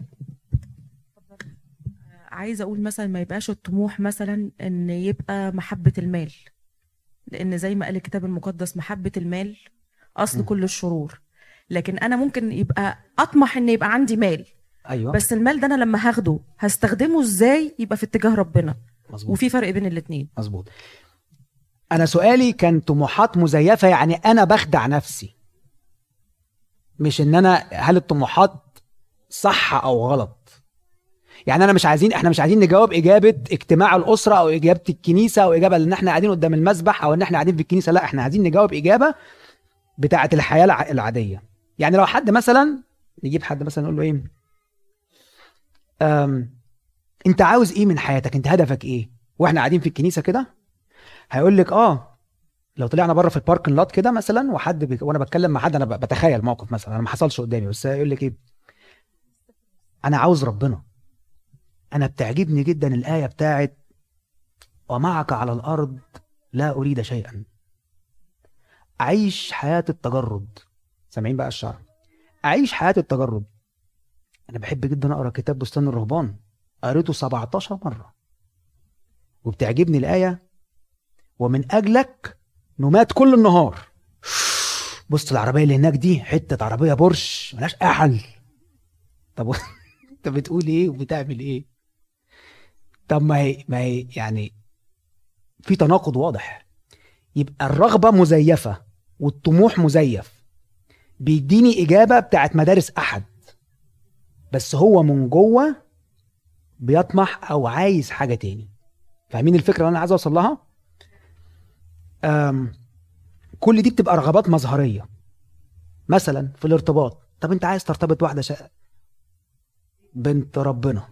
عايزة أقول مثلا ما يبقاش الطموح مثلا إن يبقى محبة المال، لأن زي ما قال الكتاب المقدس محبة المال أصل كل الشرور. لكن أنا ممكن يبقى أطمح إن يبقى عندي مال، ايوه بس المال ده أنا لما هاخده هستخدمه إزاي يبقى في اتجاه ربنا. مظبوط. وفي فرق بين الاتنين. مظبوط. انا سؤالي كان طموحات مزيفه، يعني انا بخدع نفسي، مش ان انا هل الطموحات صح او غلط. يعني احنا مش عايزين نجاوب اجابه اجتماع الاسره، او اجابه الكنيسه، او اجابه ان احنا قاعدين قدام المسبح، او ان احنا قاعدين في الكنيسه. لا، احنا عايزين نجاوب اجابه بتاعه الحياه العاديه. يعني لو حد مثلا، نجيب حد مثلا نقول له ايه، انت عاوز ايه من حياتك، انت هدفك ايه، واحنا قاعدين في الكنيسه كده، هيقول لك لو طلعنا بره في الباركنج لوت كده مثلا، وانا بتكلم مع حد، انا بتخيل موقف مثلا، انا ما حصلش قدامي، بس يقول لك ايه، انا عاوز ربنا. انا بتعجبني جدا الايه بتاعت ومعك على الارض لا اريد شيئا. اعيش حياه التجرد. سامعين بقى الشعر؟ اعيش حياه التجرد. انا بحب جدا اقرا كتاب بستان الرهبان، قريته 17 مره، وبتعجبني الايه ومن اجلك نمات كل النهار. بص العربيه اللي هناك دي حته عربيه بورش ملهاش اي حل. طب انت بتقول ايه وبتعمل ايه؟ طب ما هي يعني في تناقض واضح. يبقى الرغبه مزيفه والطموح مزيف، بيديني اجابه بتاعت مدارس احد، بس هو من جوه بيطمح او عايز حاجه تاني. فاهمين الفكره اللي انا عايز اوصل لها؟ كل دي بتبقى رغبات مظهريه. مثلا في الارتباط، طب انت عايز ترتبط واحده بنت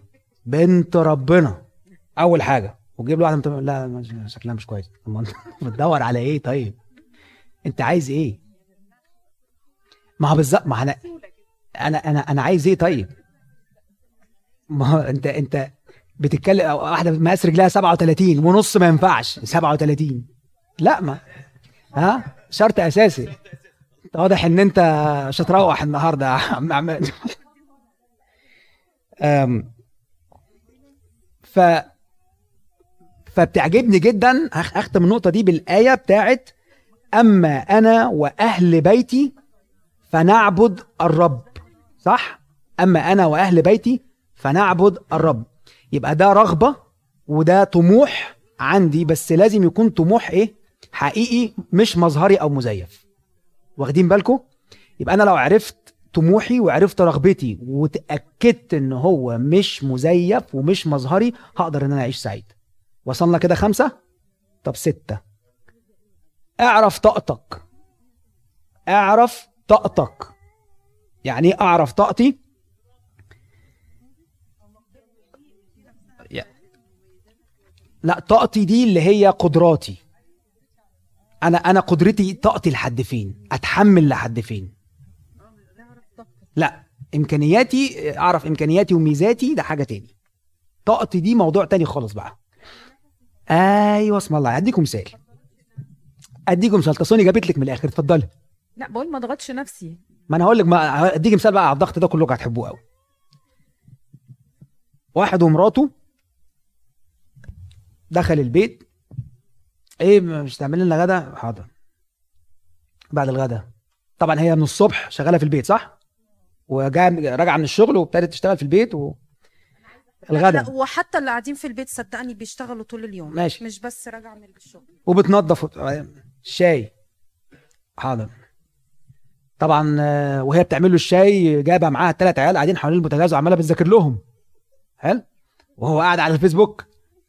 ربنا اول حاجه، وتجيب له واحده لا شكلها مش كويس. بتدور على ايه؟ طيب انت عايز ايه؟ ما هو بالظبط، ما انا عايز ايه؟ طيب ما هو انت بتتكلم واحده مقاس رجلها 37 ونص، ما ينفعش 37. لا، ما شرط اساسي. واضح ان انت مش هتروح النهارده يا عم عماد. فبتعجبني جدا. اختم النقطه دي بالايه بتاعت اما انا واهل بيتي فنعبد الرب. صح؟ اما انا واهل بيتي فنعبد الرب. يبقى ده رغبة وده طموح عندي، بس لازم يكون طموح ايه؟ حقيقي، مش مظهري او مزيف. واخدين بالكم؟ يبقى انا لو عرفت طموحي وعرفت رغبتي وتأكدت ان هو مش مزيف ومش مظهري، هقدر ان انا اعيش سعيد. وصلنا كده 5. طب 6، اعرف طاقتك. اعرف طاقتك. يعني ايه اعرف طاقتي؟ لا، طاقتي دي اللي هي قدراتي. انا قدرتي، طاقتي لحد فين، اتحمل لحد فين. لا، امكانياتي، اعرف امكانياتي وميزاتي، ده حاجه تاني. طاقتي دي موضوع تاني خالص بقى. ايوه، اسم الله. اديكم مثال. تصوني جابت لك من الاخر، اتفضلي. لا، بقول ما ضغطش نفسي. ما انا هقول لك، ما اديك مثال بقى على الضغط ده، كلكم هتحبوه قوي. واحد ومراته دخل البيت. ايه، مش تعمل لنا غدا؟ حاضر. بعد الغدا، طبعا هي من الصبح شغاله في البيت، صح؟ وجايه راجعه من الشغل وابتدت تشتغل في البيت الغدا. لا، وحتى اللي قاعدين في البيت صدقني بيشتغلوا طول اليوم. ماشي. مش بس راجعه من الشغل. وبتنظف الشاي. حاضر. طبعا وهي بتعمل له الشاي جايبه معاها 3 عيال قاعدين حوالين البوتاجاز وعماله بتذاكر لهم. حلو. وهو قاعد على الفيسبوك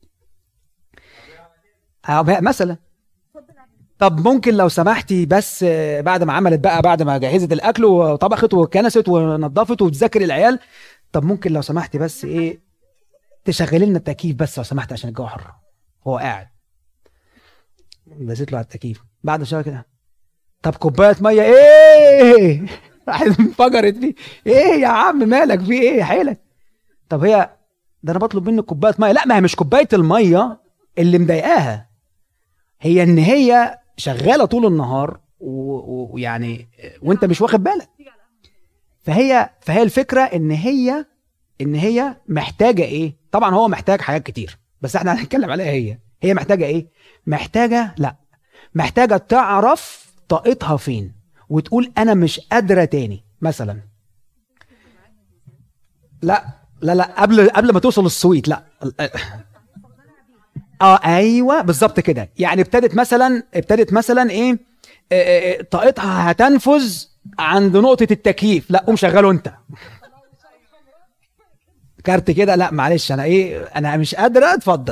مثلا. طب ممكن لو سمحتي بس بعد ما عملت بقى، بعد ما جهزت الاكل وطبخت وكنست ونظفت وتذاكر العيال، طب ممكن لو سمحتي بس ايه، تشغلي لنا التكييف بس لو سمحتي عشان الجو حر. هو قاعد بزيت له على التكييف. بعد شويه كده، طب كوبايه ميه. ايه راحت انفجرت فيه. ايه يا عم مالك، في ايه حيلك؟ طب هي، ده انا بطلب منك كوبايه ميه. لا، ما هي مش كوبايه الميه اللي مضايقاها، هي ان هي شغاله طول النهار ويعني وانت مش واخد بالك. فهي الفكره ان هي محتاجه ايه. طبعا هو محتاج حاجات كتير، بس احنا هنتكلم عليها. هي محتاجه ايه؟ محتاجه تعرف طاقتها فين، وتقول انا مش قادره تاني مثلا. لا لا لا، قبل ما توصل السويت. لا ايوه بالظبط كده. يعني ابتدت مثلا ايه، طاقتها هتنفذ عند نقطه التكييف. لا، قوم شغله انت كارت كده. لا معلش، انا مش قادره، اتفضل.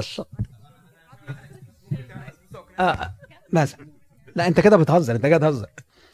مثلا. لا، انت كده بتهزر.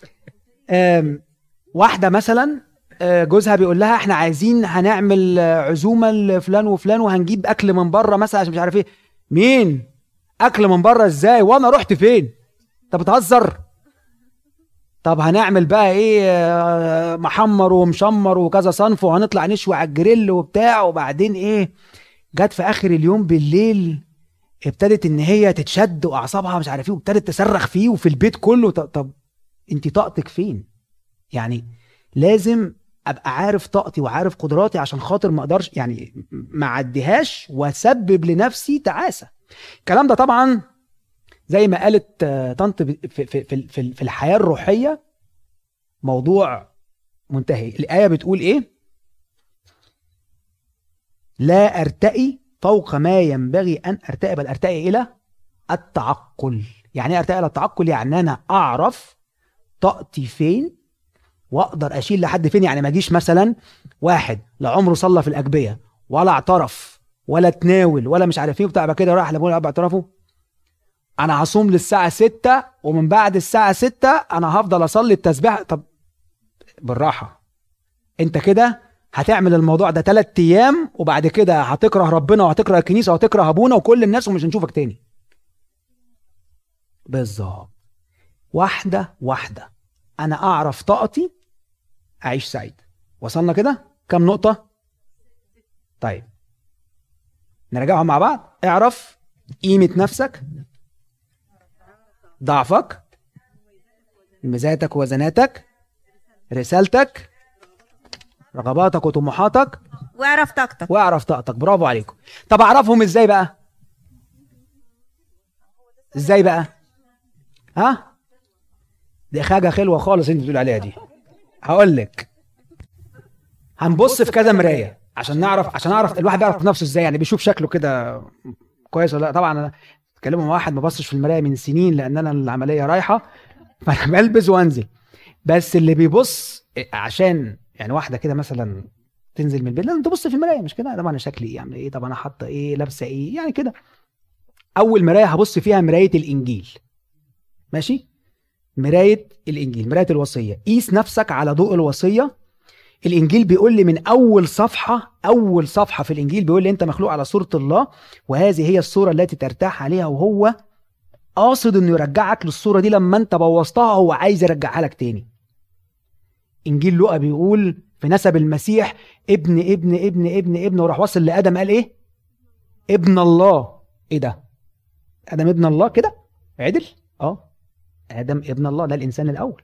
واحده مثلا جوزها بيقول لها احنا هنعمل عزومه لفلان وفلان وهنجيب اكل من بره مثلا عشان مش عارف ايه. مين؟ اكل من بره ازاي وانا رحت فين؟ انت بتهزر. طب هنعمل بقى ايه، محمر ومشمر وكذا صنف، وهنطلع نشوي على الجريل وبتاع. وبعدين ايه، جت في اخر اليوم بالليل ابتدت ان هي تتشد واعصابها مش عارف ايه، وابتدت تصرخ فيه وفي البيت كله. طب انت طاقتك فين؟ يعني لازم ابقى عارف طاقتي وعارف قدراتي عشان خاطر ما اقدرش يعني ما اعديهاش واسبب لنفسي تعاسه. الكلام ده طبعا زي ما قالت طنط في الحياه الروحيه موضوع منتهي. الايه بتقول ايه؟ لا ارتقي فوق ما ينبغي ان ارتقي، بل ارتقي الى التعقل. يعني ايه ارتقي الى التعقل؟ يعني انا اعرف طاقتي فين واقدر اشيل لحد فين. يعني ما اجيش مثلا واحد لا عمره صلى في الاجبيه ولا اعترف ولا تناول ولا مش عارف ايه وبتاع، كده راح لابونا اب اعترافه، انا هصوم للساعه 6 ومن بعد الساعه 6 انا هفضل اصلي التسبيح. طب بالراحه، انت كده هتعمل الموضوع ده 3 ايام وبعد كده هتكره ربنا وهتكره الكنيسه وهتكره ابونا وكل الناس ومش هنشوفك تاني. بالظبط. واحده واحده انا اعرف طاقتي اعيش سعيد. وصلنا كده كم نقطه؟ طيب نرجعهم مع بعض. اعرف قيمه نفسك، ضعفك، ميزاتك ووزناتك، رسالتك، رغباتك وطموحاتك، واعرف طاقتك. برافو عليكم. طب اعرفهم ازاي بقى؟ ها؟ دي حاجه حلوه خالص انت بتقول عليها دي. هقول لك، هنبص في كذا مرايه عشان اعرف الواحد يعرف نفسه ازاي، يعني بيشوف شكله كده كويس ولا لا. طبعا انا بتكلم مع واحد ما بصش في المرايه من سنين لان انا العمليه رايحه، فانا بلبس وانزل. بس اللي بيبص عشان يعني واحده كده مثلا تنزل من البيت لازم تبص في المرايه، مش كده؟ طبعا انا شكلي ايه، عامله ايه، طب انا حاطه ايه، لابسه ايه، يعني كده. اول مرايه هبص فيها مرايه الانجيل، ماشي؟ مرايه الانجيل، مرايه الوصيه. قيس نفسك على ضوء الوصيه. الانجيل بيقول لي من اول صفحه في الانجيل بيقول لي انت مخلوق على صوره الله، وهذه هي الصوره التي ترتاح عليها، وهو قاصد انه يرجعك للصوره دي. لما انت بوظتها هو عايز يرجعها لك تاني. انجيل لوقا بيقول في نسب المسيح ابن ابن ابن ابن ابن، وراح وصل لادم قال ايه؟ ابن الله. ايه ده؟ ادم ابن الله كده عدل؟ ادم ابن الله، ده الانسان الاول.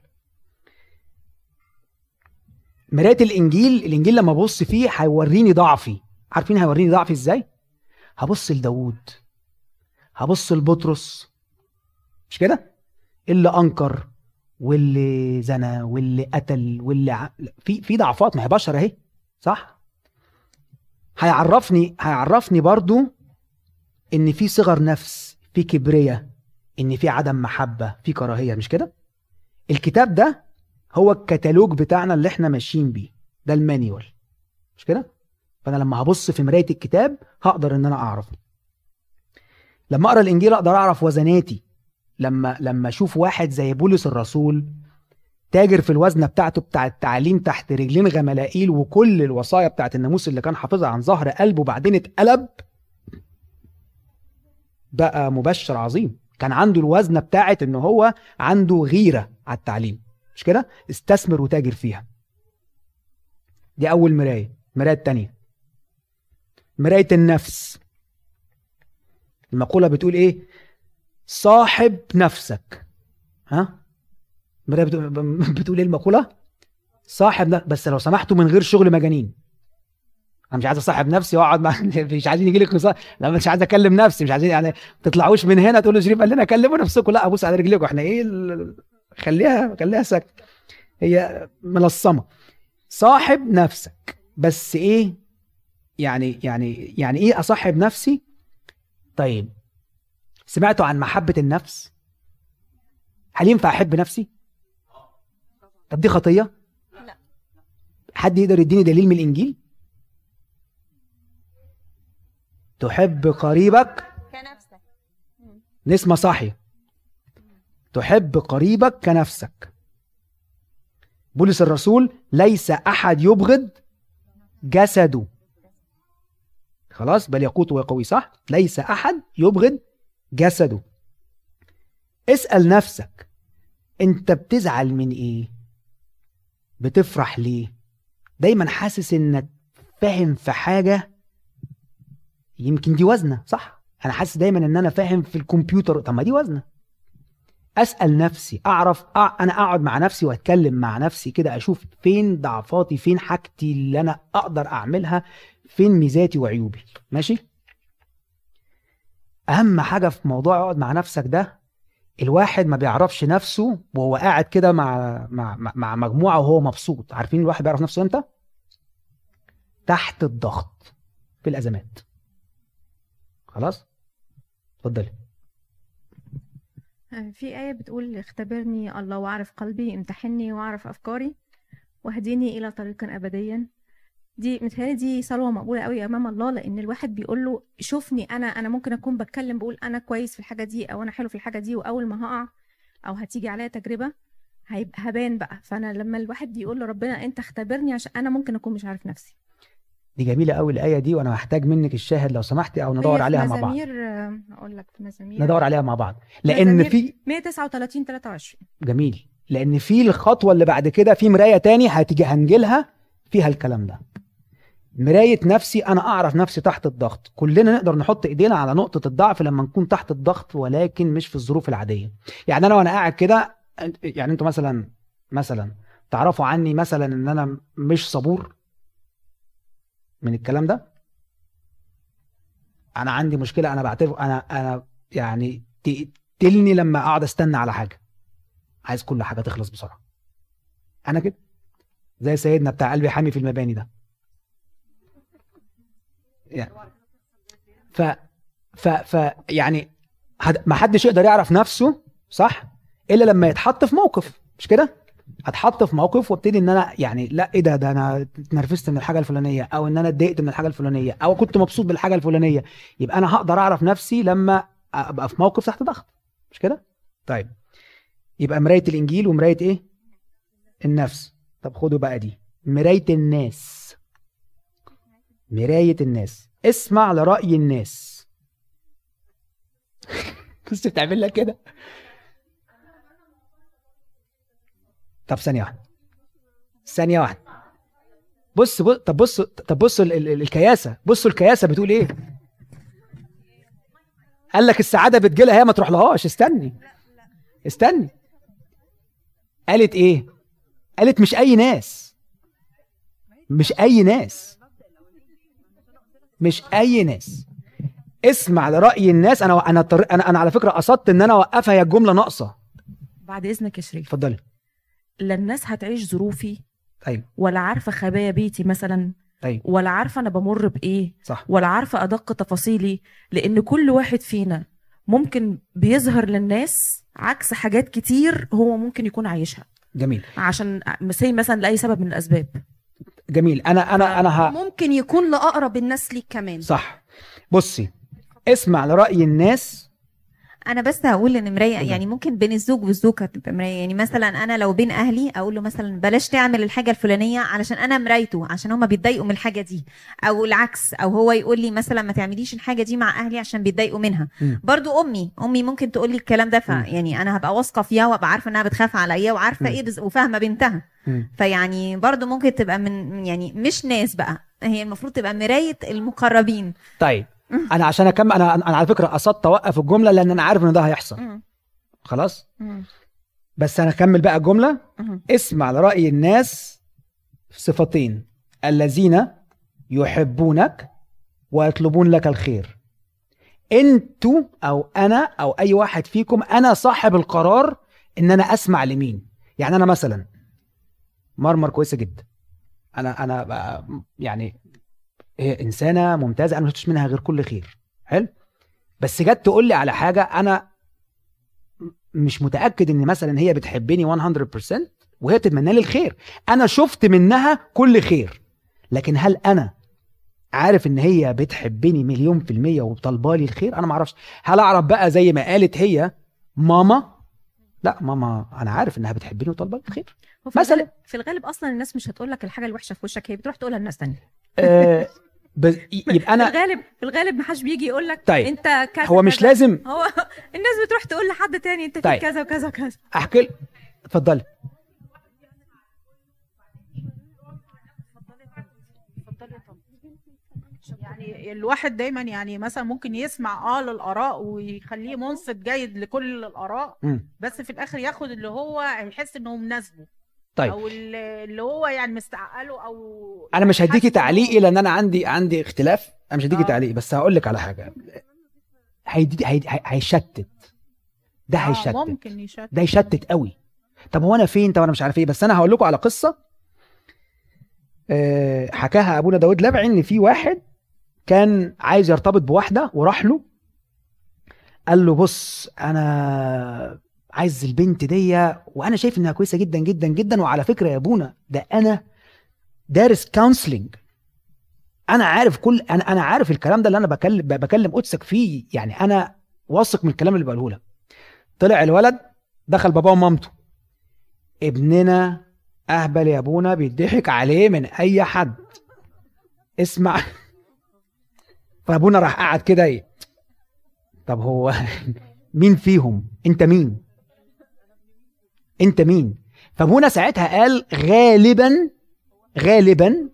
مرايه الانجيل لما ابص فيه هيوريني ضعفي. عارفين هيوريني ضعفي ازاي؟ هبص لداوود، هبص لبطرس، مش كده؟ اللي انكر واللي زنى واللي قتل واللي في ضعفات، ما هي بشر اهي، صح؟ هيعرفني برضو ان في صغر نفس، في كبرية، ان في عدم محبة، في كراهية، مش كده؟ الكتاب ده هو الكتالوج بتاعنا اللي احنا ماشيين بيه، ده المانيوال، مش كده؟ فانا لما هبص في مراية الكتاب هقدر ان انا اعرف. لما اقرا الانجيل اقدر اعرف وزناتي. لما اشوف واحد زي بولس الرسول تاجر في الوزنه بتاعته بتاع التعليم تحت رجلين غملائيل، وكل الوصايا بتاعت الناموس اللي كان حافظها عن ظهر قلبه، وبعدين اتقلب بقى مبشر عظيم. كان عنده الوزنه بتاعت ان هو عنده غيره على التعليم، مش كده؟ استثمر وتاجر فيها. دي اول مرايه. المرايه الثانيه مرايه النفس. المقوله بتقول ايه؟ صاحب نفسك. ها؟ المرايه بتقول ايه المقوله؟ صاحب نفسك. بس لو سمحتوا من غير شغل مجانين. انا مش عايز اصاحب نفسي واقعد مع مش عايزين يجي لك لا، مش عايز اكلم نفسي، مش عايزين يعني ما تطلعوش من هنا تقولوا شريف قال لنا كلموا نفسكم. لا، ابوس على رجليكم، احنا ايه خليها سكت، هي ملصمه. صاحب نفسك، بس ايه يعني ايه اصاحب نفسي؟ طيب سمعتوا عن محبه النفس؟ هل ينفع احب نفسي؟ طب دي خطيه؟ لا. حد يقدر يديني دليل من الانجيل؟ تحب قريبك كنفسك. نسمة صاحية، تحب قريبك كنفسك. بولس الرسول ليس أحد يبغض جسده، خلاص، بل يقوت ويقوي، صح؟ ليس أحد يبغض جسده. اسأل نفسك، انت بتزعل من ايه؟ بتفرح ليه؟ دايما حاسس انك فاهم في حاجة، يمكن دي وزنة، صح؟ انا حاسس دايما ان انا فاهم في الكمبيوتر، طب ما دي وزنة. اسأل نفسي، اعرف انا اقعد مع نفسي واتكلم مع نفسي كده، اشوف فين ضعفاتي، فين حاجتي اللي انا اقدر اعملها، فين ميزاتي وعيوبي، ماشي؟ اهم حاجة في موضوع اقعد مع نفسك ده، الواحد ما بيعرفش نفسه وهو قاعد كده مع مجموعة وهو مبسوط. عارفين الواحد بيعرف نفسه امتى؟ تحت الضغط، في الازمات. خلاص، اتفضلي. في آية بتقول اختبرني الله واعرف قلبي، امتحني واعرف أفكاري، واهديني إلى طريق أبديا. دي متهيألي دي صلوة مقبولة قوي أمام الله، لأن الواحد بيقول له شوفني أنا ممكن أكون بتكلم بقول أنا كويس في الحاجة دي أو أنا حلو في الحاجة دي، وأول ما هقع أو هتيجي عليا تجربة هيبقى هبان بقى. فأنا لما الواحد يقول لربنا أنت اختبرني عشان أنا ممكن أكون مش عارف نفسي. دي جميلة قوي الآية دي، وأنا محتاج منك الشاهد لو سمحتي، أو ندور عليها مع بعض. أقول لك في مزامير، ندور عليها مع بعض، لأن في 139:23. جميل، لأن في الخطوة اللي بعد كده في مراية تاني هنجيلها فيها الكلام ده. مراية نفسي، أنا أعرف نفسي تحت الضغط. كلنا نقدر نحط إيدينا على نقطة الضعف لما نكون تحت الضغط، ولكن مش في الظروف العادية. يعني أنا وأنا قاعد كده، يعني أنتوا مثلا تعرفوا عني مثلا إن أنا مش صبور من الكلام ده. انا عندي مشكله، انا بعتبر انا يعني تقتلني لما اقعد استنى على حاجه. عايز كل حاجه تخلص بسرعه. انا كده زي سيدنا بتاع قلبي حامي في المباني ده يعني. يعني ما حدش يقدر يعرف نفسه صح الا لما يتحط في موقف، مش كده؟ اتحط في موقف وابتدي ان انا يعني لا ايه ده انا اتنرفزت من الحاجه الفلانيه، او ان انا اتضايقت من الحاجه الفلانيه، او كنت مبسوط بالحاجه الفلانيه. يبقى انا هقدر اعرف نفسي لما ابقى في موقف تحت ضغط، مش كده؟ طيب يبقى مرايه الانجيل ومرايه ايه؟ النفس. طب خدوا بقى دي مرايه الناس. مرايه الناس، اسمع لراي الناس. بس بتعمل لك كده. طب ثانيه واحده طب بصوا الكياسه. بصوا الكياسه بتقول ايه؟ قال لك السعاده بتجيلها هي ما تروح لهاش. استني قالت ايه؟ قالت مش اي ناس. اسمع لرأي الناس. انا على فكره قصدت ان انا اوقفها، هي الجمله ناقصه. بعد اذنك يا شريف، اتفضلي. لا الناس هتعيش ظروفي، ايوه، ولا عارفه خبايا بيتي مثلا، ايوه، ولا عارفه انا بمر بايه، صح، ولا عارفه ادق تفاصيلي. لان كل واحد فينا ممكن بيظهر للناس عكس حاجات كتير هو ممكن يكون عايشها. جميل. عشان مثلا لاي سبب من الاسباب. جميل. انا ممكن يكون لأقرب الناس ليك كمان. صح. بصي، اسمع لرأي الناس. انا بس هقول ان مرايه يعني ممكن بين الزوج والزوجه تبقى مرايه. يعني مثلا انا لو بين اهلي اقول له مثلا بلاش تعمل الحاجه الفلانيه علشان انا مرايته، عشان هما بيتضايقوا من الحاجه دي، او العكس، او هو يقول لي مثلا ما تعمليش الحاجه دي مع اهلي عشان بيتضايقوا منها. برضو امي ممكن تقول لي الكلام ده، يعني انا هبقى واثقه فيها وابقى عارفه انها بتخاف عليا وعارفه ايه وفاهمه بنتها. فيعني برضو ممكن تبقى من يعني مش ناس بقى، هي المفروض تبقى مرايه المقربين. طيب انا عشان اكمل، انا على فكره قصدت اوقف الجمله لان انا عارف ان ده هيحصل. خلاص. بس انا اكمل بقى الجمله. اسمع لرأي الناس في صفتين: الذين يحبونك ويطلبون لك الخير. انتوا او انا او اي واحد فيكم، انا صاحب القرار ان انا اسمع لمين. يعني انا مثلا مرمر كويسه جدا، انا يعني هي انسانه ممتازه، انا ما شفتش منها غير كل خير، حلو. بس جت تقول لي على حاجه انا مش متاكد ان مثلا هي بتحبني 100% وهي بتتمنى لي الخير. انا شفت منها كل خير، لكن هل انا عارف ان هي بتحبني 1,000,000% وبطلبالي الخير؟ انا ما اعرفش. هل اعرف بقى زي ما قالت هي ماما؟ لا، ماما انا عارف انها بتحبني وطالبالي الخير. مثلا في الغالب اصلا الناس مش هتقول لك الحاجه الوحشه في وشك، هي بتروح تقولها للناس تانية. يبقى انا في الغالب ما حدش بيجي يقول لك طيب انت كذا. هو مش كذا. لازم. هو الناس بتروح تقول لحد تاني انت طيب. في كذا وكذا وكذا. احكي. اتفضلي. يعني الواحد دايما يعني مثلا ممكن يسمع للآراء ويخليه منصت جيد لكل الآراء، بس في الآخر ياخد اللي هو هيحس انه مناسبه. طيب. او اللي هو يعني مستعقله. او انا مش هديكي تعليقي لان انا عندي اختلاف. انا مش هديكي تعليق، بس هقول لك على حاجه. هيشتت. ده هيشتت. ممكن يشتت. ده يشتت قوي. طب هو انا فين؟ طب انا مش عارف ايه. بس انا هقول لكم على قصه حكاها ابونا داود لبعي، ان في واحد كان عايز يرتبط بواحده وراح له قال له بص انا عايز البنت دي وانا شايف انها كويسه جدا جدا جدا، وعلى فكره يا ابونا ده انا دارس كونسلنج، انا عارف انا عارف الكلام ده اللي انا بكلم قدسك فيه، يعني انا واثق من الكلام اللي بقوله لك. طلع الولد دخل باباه ومامته: ابننا اهبل يا ابونا، بيضحك عليه من اي حد. اسمع. فابونا راح قعد كده ايه، طب هو مين فيهم؟ انت مين؟ فابونا ساعتها قال غالبا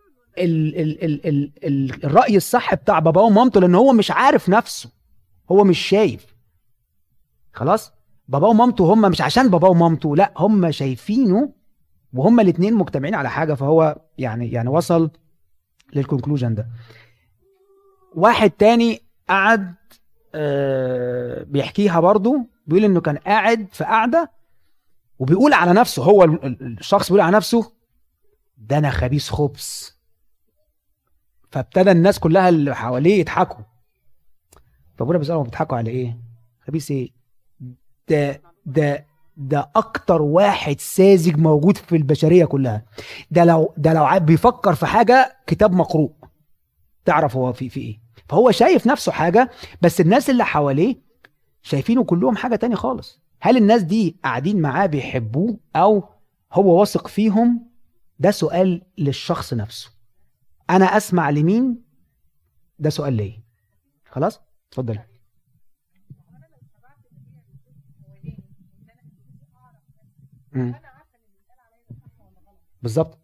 الرأي الصح بتاع باباه ومامته، لان هو مش عارف نفسه، هو مش شايف. خلاص. باباه ومامته هم مش عشان باباه ومامته، لا هم شايفينه وهم الاثنين مجتمعين على حاجه، فهو يعني وصل للكونكلوجن ده. واحد تاني قعد بيحكيها برضو، بيقول انه كان قاعد في قعده وبيقول على نفسه، هو الشخص بيقول على نفسه ده انا خبيث خبث، فابتدى الناس كلها اللي حواليه يضحكوا. فابونا بيسألهم بيضحكوا على ايه؟ خبيث ايه؟ ده اكتر واحد ساذج موجود في البشريه كلها. ده لو بيفكر في حاجه كتاب مقروء تعرف هو في ايه. فهو شايف نفسه حاجه، بس الناس اللي حواليه شايفينه كلهم حاجه تاني خالص. هل الناس دي قاعدين معاه بيحبوه او هو واثق فيهم؟ ده سؤال للشخص نفسه. انا اسمع لمين؟ ده سؤال ليه. خلاص اتفضل. بالظبط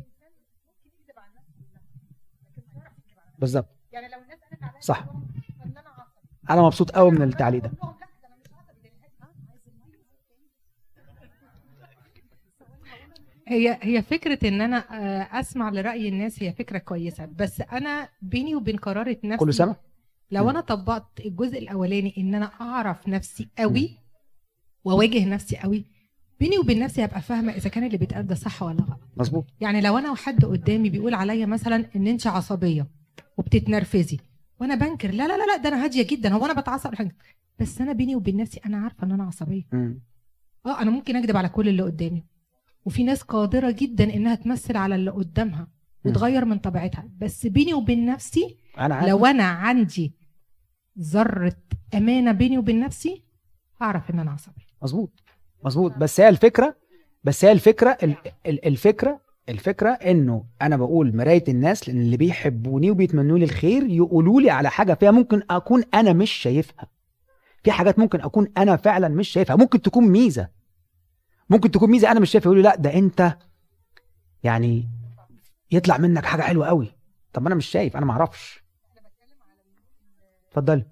بالظبط صح. انا مبسوط قوي من التعليق ده. هي فكرة ان انا اسمع لرأي الناس هي فكرة كويسة، بس انا بيني وبين قرارة نفسي كل سنة لو انا طبقت الجزء الاولاني ان انا اعرف نفسي قوي واواجه نفسي قوي، بيني وبين نفسي هبقى فاهمة اذا كان اللي بيتقال ده صح ولا غلط. مظبوط. يعني لو انا وحد قدامي بيقول عليا مثلا ان انت عصبية وبتتنرفزي وانا بنكر لا لا لا لا ده انا هادية جدا، هو انا بتعصب حاجة، بس انا بيني وبين نفسي انا عارفة ان انا عصبية. انا ممكن اكذب على كل اللي قدامي، وفي ناس قادرة جدا انها تمثل على اللي قدامها وتغير من طبيعتها، بس بيني وبين نفسي لو انا عندي ذرة امانة بيني وبين نفسي هعرف ان انا عصبي. مظبوط. بس هي الفكرة انه انا بقول مراية الناس، لان اللي بيحبوني وبيتمنوا لي الخير يقولوا لي على حاجة فيها ممكن اكون انا مش شايفها. في حاجات ممكن اكون انا فعلا مش شايفها، ممكن تكون ميزة انا مش شايفها، يقولوا لا ده انت يعني يطلع منك حاجة حلوة قوي. طب انا مش شايف، انا ما اعرفش. اتفضل.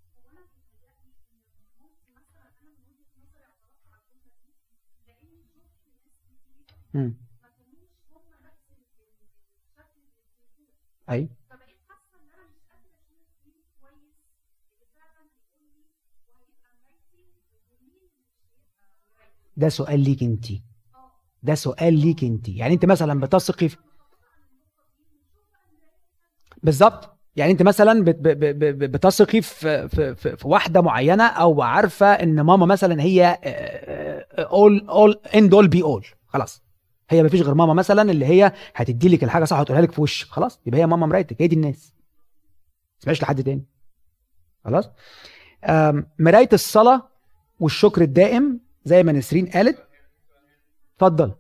اي ده سؤال ليك انت. يعني انت مثلا بتثقي بالظبط. يعني انت مثلا بتثقي في واحده معينه، او عارفه ان ماما مثلا هي all end all be all. خلاص هي مفيش غير ماما مثلا اللي هي هتدي لك الحاجه صح وتقولها لك في وشك. خلاص يبقى هي ماما مرايتك، هي دي الناس، ما تسمعش لحد تاني. خلاص. مرايه الصلاه والشكر الدائم زي ما نسرين قالت. اتفضل.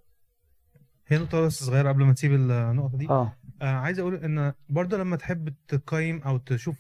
هي نقطة بس صغيرة قبل ما تسيب النقطة دي. عايز اقول ان برضه لما تحب تقيم او تشوف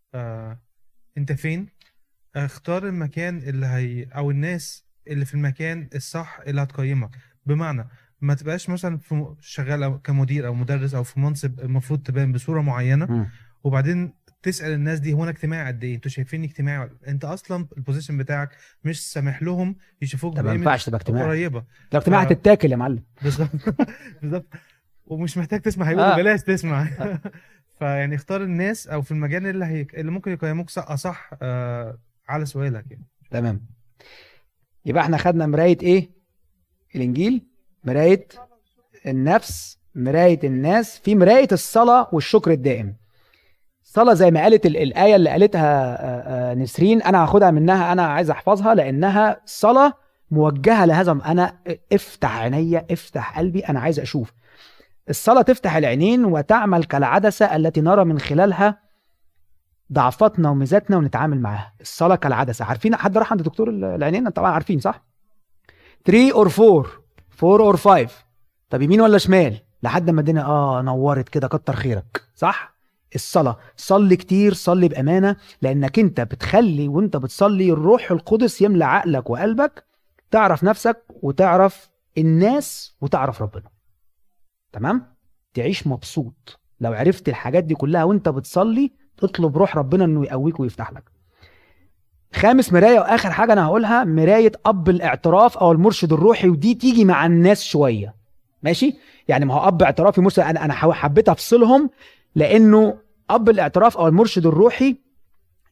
انت فين، اختار المكان اللي او الناس اللي في المكان الصح اللي هتقيمك. بمعنى ما تبقاش مثلا شغال كمدير او مدرس او في منصب المفروض تبان بصورة معينة وبعدين تسأل الناس دي هو انا اجتماعي قد ايه؟ انتوا شايفيني اجتماعي؟ انت اصلا البوزيشن بتاعك مش سامح لهم يشوفوك ما ينفعش تبقى اجتماعي قريبه. لو اجتماعي هتتاكل يا معلم. بالظبط. ومش محتاج تسمع، هيقولوا بلاش تسمع. فيعني اختار الناس او في المجال اللي ممكن يقيموك صح على سؤالك يعني. تمام. يبقى احنا خدنا مراية ايه؟ الانجيل، مراية النفس، مراية الناس، في مراية الصلاة والشكر الدائم. الصلاة زي ما قالت الآية اللي قالتها نسرين، انا هاخدها منها، انا عايز احفظها لانها صلاة موجهة لهذا. انا افتح عيني، افتح قلبي، انا عايز اشوف. الصلاة تفتح العينين وتعمل كالعدسة التي نرى من خلالها ضعفاتنا وميزاتنا ونتعامل معاها. الصلاة كالعدسة. عارفين حد راح عند دكتور العينين؟ طبعا عارفين صح؟ 3 or 4 or 5. طب يمين ولا شمال؟ لحد ما الدنيا نورت كده، كتر خيرك. صح؟ الصلاة، صلي كتير، صلي بأمانة، لأنك انت بتخلي وانت بتصلي الروح القدس يملى عقلك وقلبك، تعرف نفسك وتعرف الناس وتعرف ربنا. تمام؟ تعيش مبسوط لو عرفت الحاجات دي كلها وانت بتصلي. تطلب روح ربنا انه يقويك ويفتح لك. خامس مراية واخر حاجة انا هقولها، مراية اب الاعتراف او المرشد الروحي، ودي تيجي مع الناس شوية. ماشي؟ يعني ما هو اب اعترافي مرشد، انا حبيت افصلهم، لانه اب الاعتراف او المرشد الروحي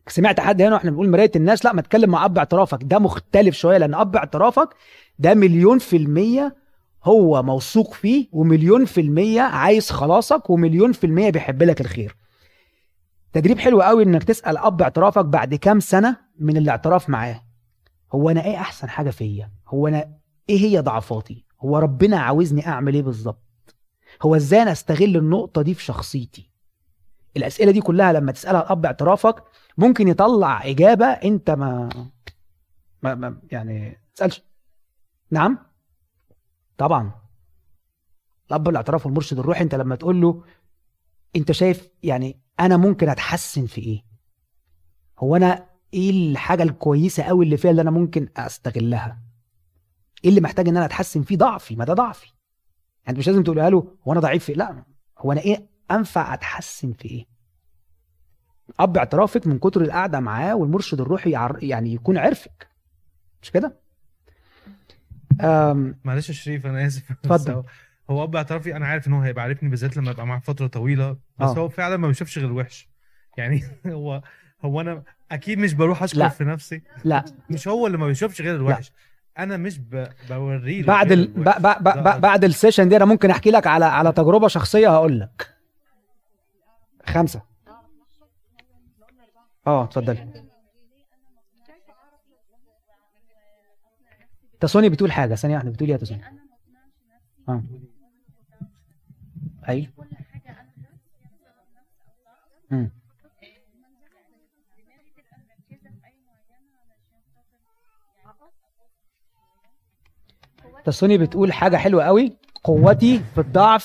سمعت حد هنا واحنا بنقول مرايه الناس؟ لا، ما تتكلم مع اب اعترافك، ده مختلف شويه، لان اب اعترافك ده 1,000,000% هو موثوق فيه، و1,000,000% عايز خلاصك، و1,000,000% بيحب لك الخير. تدريب حلو قوي انك تسال اب اعترافك بعد كام سنه من الاعتراف معاه، هو انا ايه احسن حاجه فيا؟ هو انا ايه هي ضعفاتي؟ هو ربنا عاوزني اعمل ايه بالظبط؟ هو ازاي انا استغل النقطه دي في شخصيتي؟ الاسئله دي كلها لما تسالها الاب اعترافك ممكن يطلع اجابه انت ما يعني تسالش. نعم طبعا. الاب الاعتراف والمرشد الروحي انت لما تقول له انت شايف يعني انا ممكن اتحسن في ايه؟ هو انا ايه الحاجه الكويسه قوي اللي فيها اللي انا ممكن استغلها؟ ايه اللي محتاج ان انا اتحسن فيه؟ ضعفي، ما ده ضعفي. يعني مش لازم تقولها له هو انا ضعيف في إيه؟ لا، هو انا ايه انفع اتحسن في ايه؟ اب اعترافك من كتر القعده معاه والمرشد الروحي يعني يكون عرفك، مش كده؟ معلش يا شريف انا اسف. اتفضل. هو اب اعترافي انا عارف ان هو هيبقى عارفني بالذات لما ابقى معاه فتره طويله، بس هو فعلا ما بيشوفش غير الوحش يعني. هو انا اكيد مش بروح اشكر في نفسي، لا مش هو اللي ما بيشوفش غير الوحش، لا. انا مش بوريه بعد السيشن دي انا ممكن احكي لك على تجربه شخصيه. هقول لك 5. اتفضلي. تسوني بتقول حاجه ثانيه واحده، بتقول يا تسوني. ايوه. تسوني بتقول حاجه حلوه قوي، قوتي في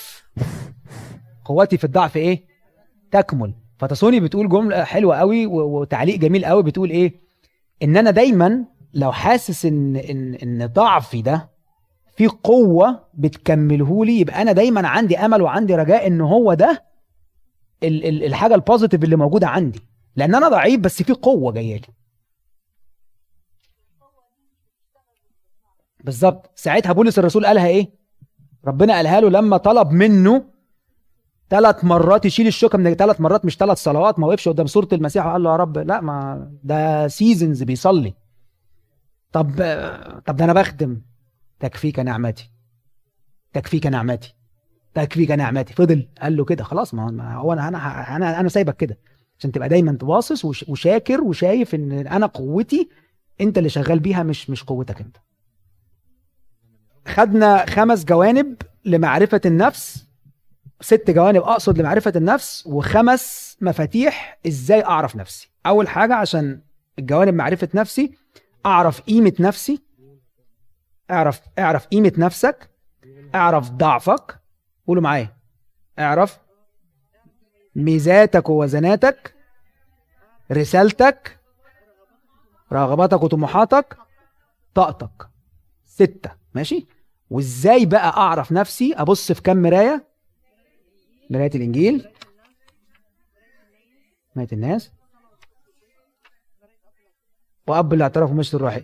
الضعف ايه؟ تكمل. فتسوني بتقول جمله حلوه قوي وتعليق جميل قوي، بتقول ايه؟ ان انا دايما لو حاسس ان ضعفي ده في قوه بتكملهولي، يبقى انا دايما عندي امل وعندي رجاء ان هو ده الحاجه البوزيتيف اللي موجوده عندي، لان انا ضعيف بس في قوه جايه لي. بالظبط. ساعتها بولس الرسول قالها ايه؟ ربنا قالها له لما طلب منه 3 مرات يشيل الشوكه من 3 مرات، مش 3 صلوات. ما وقفش قدام صوره المسيح وقال له يا رب لا، ما ده سيزنز بيصلي. طب ده انا بخدم. تكفيك نعمتي، تكفيك نعمتي، تكفيك نعمتي. فضل قال له كده خلاص، ما هو انا سايبك كده عشان تبقى دايما باصص وشاكر وشايف ان انا قوتي انت اللي شغال بيها، مش قوتك انت. خدنا 5 جوانب لمعرفة النفس، 6 جوانب اقصد لمعرفة النفس، و5 مفاتيح ازاي اعرف نفسي. اول حاجة عشان الجوانب معرفة نفسي، اعرف قيمة نفسي، اعرف قيمة نفسك، اعرف ضعفك، قولوا معايا، اعرف ميزاتك ووزناتك، رسالتك، رغباتك وطموحاتك، طاقتك. 6. ماشي. وازاي بقى اعرف نفسي؟ ابص في كم مراية؟ مراية الانجيل، مراية الناس، واب الاعتراف ومشط الروحي.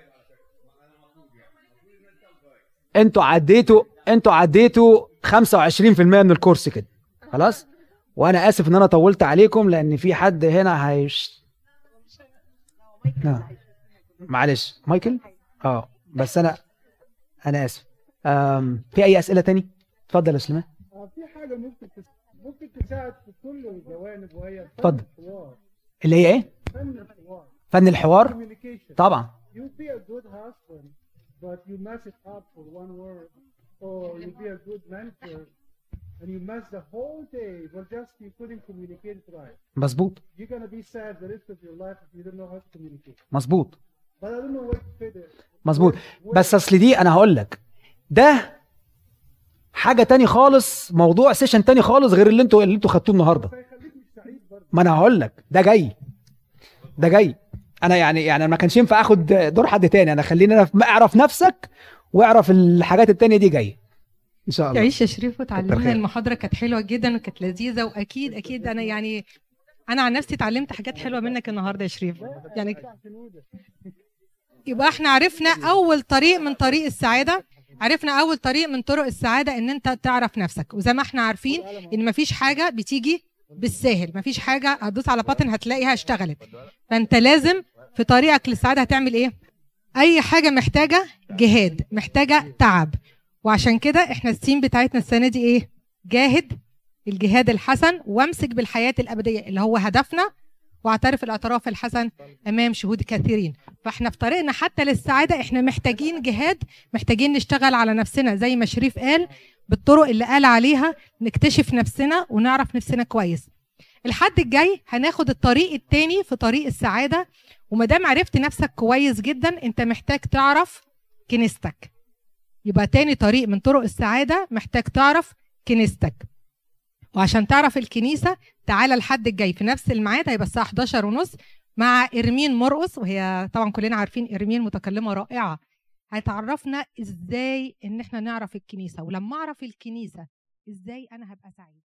انتوا عديتوا 25% من الكورس كده خلاص. وانا اسف ان انا طولت عليكم، لان في حد هنا معلش مايكل. بس انا اسف. في اي اسئله تاني؟ اتفضل يا سليمان. في حاجه ممكن تساعد في كل الجوانب، وهي اتفضل. اللي هي ايه؟ فن الحوار. طبعا. You be a good husband, but you mess it up for one word, or you be a good mentor and you mess the whole day, but just you couldn't communicate it right. مظبوط. You're gonna be sad the rest of your life if you don't know how to communicate. مظبوط. But I don't know what to fit it. مظبوط. بس اصل دي انا هقول لك ده حاجه تاني خالص، موضوع سيشن تاني خالص غير اللي انتوا خدتوه النهارده. ما انا هقول لك ده جاي. انا يعني ما كانش ينفع اخد دور حد تاني. انا خليني انا اعرف نفسك واعرف الحاجات التانية دي جايه ان شاء الله. تعيش يا شريف وتعلمنا. المحاضره كانت حلوه جدا وكانت لذيذه، واكيد انا عن نفسي اتعلمت حاجات حلوه منك النهارده يا شريف. يعني يبقى احنا عرفنا اول طريق من طريق السعاده، عرفنا اول طريق من طرق السعاده ان انت تعرف نفسك. وزي ما احنا عارفين ان مفيش حاجه بتيجي بالساهل، مفيش حاجه هتدوس على باتن هتلاقيها اشتغلت. فانت لازم في طريقك للسعاده هتعمل ايه؟ اي حاجه محتاجه جهاد، محتاجه تعب. وعشان كده احنا الثيم بتاعتنا السنه دي ايه؟ جاهد الجهاد الحسن وامسك بالحياه الابديه اللي هو هدفنا، واعترف الاعتراف الحسن امام شهود كثيرين. فاحنا في طريقنا حتى للسعاده احنا محتاجين جهاد، محتاجين نشتغل على نفسنا زي ما شريف قال بالطرق اللي قال عليها، نكتشف نفسنا ونعرف نفسنا كويس. الحد الجاي هناخد الطريق التاني في طريق السعاده، ومادام عرفت نفسك كويس جدا انت محتاج تعرف كنيستك. يبقى تاني طريق من طرق السعاده محتاج تعرف كنيستك. وعشان تعرف الكنيسه تعالى الحد الجاي في نفس الميعاد، هيبقى الساعه 11:30 مع إرمين مرقص، وهي طبعا كلنا عارفين إرمين متكلمه رائعه، هتعرفنا ازاي ان احنا نعرف الكنيسه، ولما اعرف الكنيسه ازاي انا هبقى سعيد.